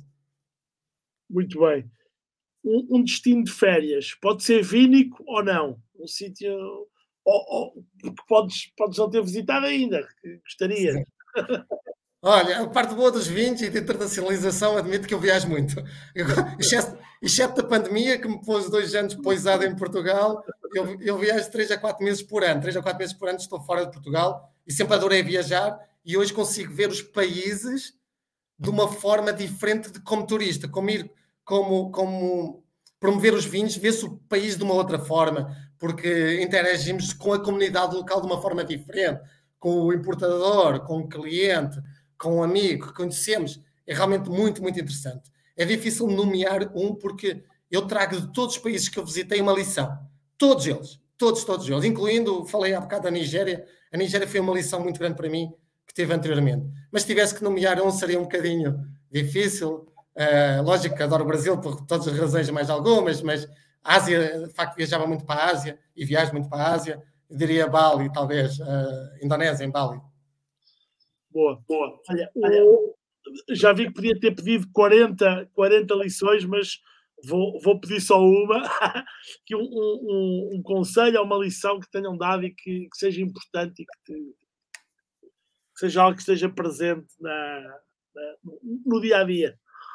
Muito bem. Um, um destino de férias pode ser vínico ou não? Um sítio ou, ou, que podes, podes não ter visitado ainda, que gostaria. Olha, a parte boa dos vinhos e da internacionalização, admito que eu viajo muito. Eu, exceto, exceto da pandemia, que me pôs dois anos poisado em Portugal, eu, eu viajo três a quatro meses por ano. Três a quatro meses por ano estou fora de Portugal e sempre adorei viajar e hoje consigo ver os países de uma forma diferente de como turista, como ir, como, como promover os vinhos, vê-se o país de uma outra forma, porque interagimos com a comunidade local de uma forma diferente, com o importador, com o cliente, com um amigo que conhecemos, é realmente muito, muito interessante. É difícil nomear um porque eu trago de todos os países que eu visitei uma lição. Todos eles, todos, todos eles, incluindo, falei há bocado da Nigéria, a Nigéria foi uma lição muito grande para mim que tive anteriormente. Mas se tivesse que nomear um seria um bocadinho difícil, Uh, lógico que adoro o Brasil por todas as razões, mais algumas, mas a Ásia, de facto, viajava muito para a Ásia e viajo muito para a Ásia. Eu diria Bali, talvez, uh, Indonésia, em Bali. Boa, boa. Olha, o... já vi que podia ter pedido quarenta, quarenta lições, mas vou, vou pedir só uma. que um, um, um conselho ou uma lição que tenham dado e que, que seja importante e que, te, que seja algo que esteja presente na, na, no dia a dia.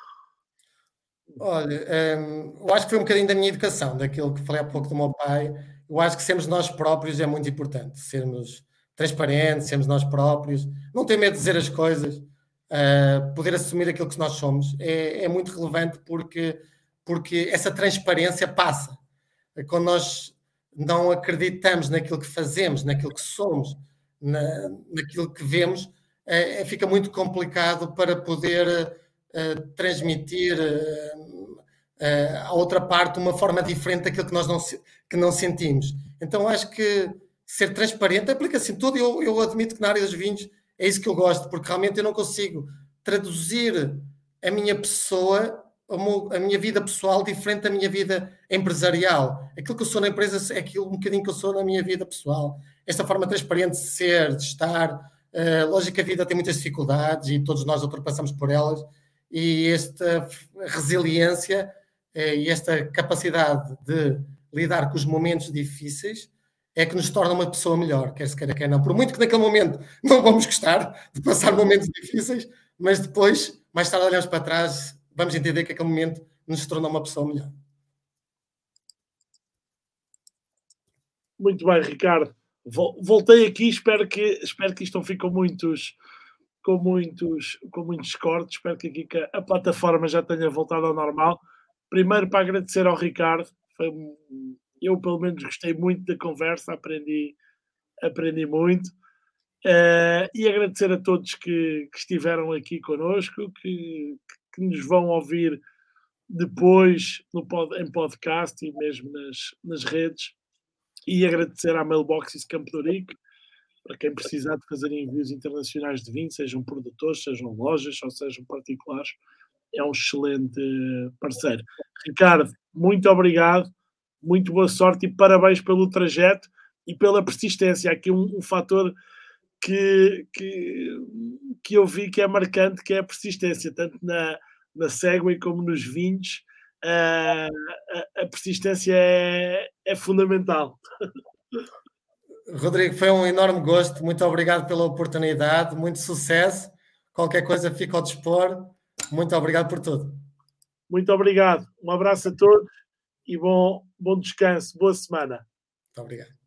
Olha, um, eu acho que foi um bocadinho da minha educação, daquilo que falei há pouco do meu pai. Eu acho que sermos nós próprios é muito importante, sermos transparentes, sermos nós próprios, não ter medo de dizer as coisas, uh, poder assumir aquilo que nós somos, é, é muito relevante porque, porque essa transparência passa. Quando nós não acreditamos naquilo que fazemos, naquilo que somos, na, naquilo que vemos, é, é, fica muito complicado para poder uh, transmitir uh, uh, à outra parte uma forma diferente daquilo que nós não, que não sentimos. Então acho que ser transparente aplica-se em tudo. Eu, eu admito que na área dos vinhos é isso que eu gosto, porque realmente eu não consigo traduzir a minha pessoa, a minha vida pessoal diferente da minha vida empresarial. Aquilo que eu sou na empresa é aquilo um bocadinho que eu sou na minha vida pessoal. Esta forma transparente de ser, de estar. Uh, lógico que a vida tem muitas dificuldades e todos nós ultrapassamos por elas, e esta resiliência uh, e esta capacidade de lidar com os momentos difíceis é que nos torna uma pessoa melhor, quer se queira, quer não. Por muito que naquele momento não vamos gostar de passar momentos difíceis, mas depois, mais tarde, olhamos para trás, vamos entender que aquele momento nos tornou uma pessoa melhor. Muito bem, Ricardo. Voltei aqui, espero que, espero que isto não fique com muitos, com muitos, com muitos cortes, espero que aqui que a plataforma já tenha voltado ao normal. Primeiro, para agradecer ao Ricardo, foi, eu pelo menos gostei muito da conversa, aprendi, aprendi muito. Uh, e agradecer a todos que, que estiveram aqui connosco, que, que nos vão ouvir depois no pod, em podcast e mesmo nas, nas redes. E agradecer à Mailboxes Campo de Ourique, para quem precisar de fazer envios internacionais de vinho, sejam produtores, sejam lojas ou sejam particulares, é um excelente parceiro. Ricardo, muito obrigado, muito boa sorte e parabéns pelo trajeto e pela persistência. Aqui um, um fator que, que, que eu vi que é marcante, que é a persistência, tanto na, na Segway como nos vinhos. A, a, a persistência é, é fundamental. Rodrigo, foi um enorme gosto, muito obrigado pela oportunidade, muito sucesso, qualquer coisa fica ao dispor, muito obrigado por tudo. Muito obrigado, um abraço a todos e bom, bom descanso, boa semana. Muito obrigado.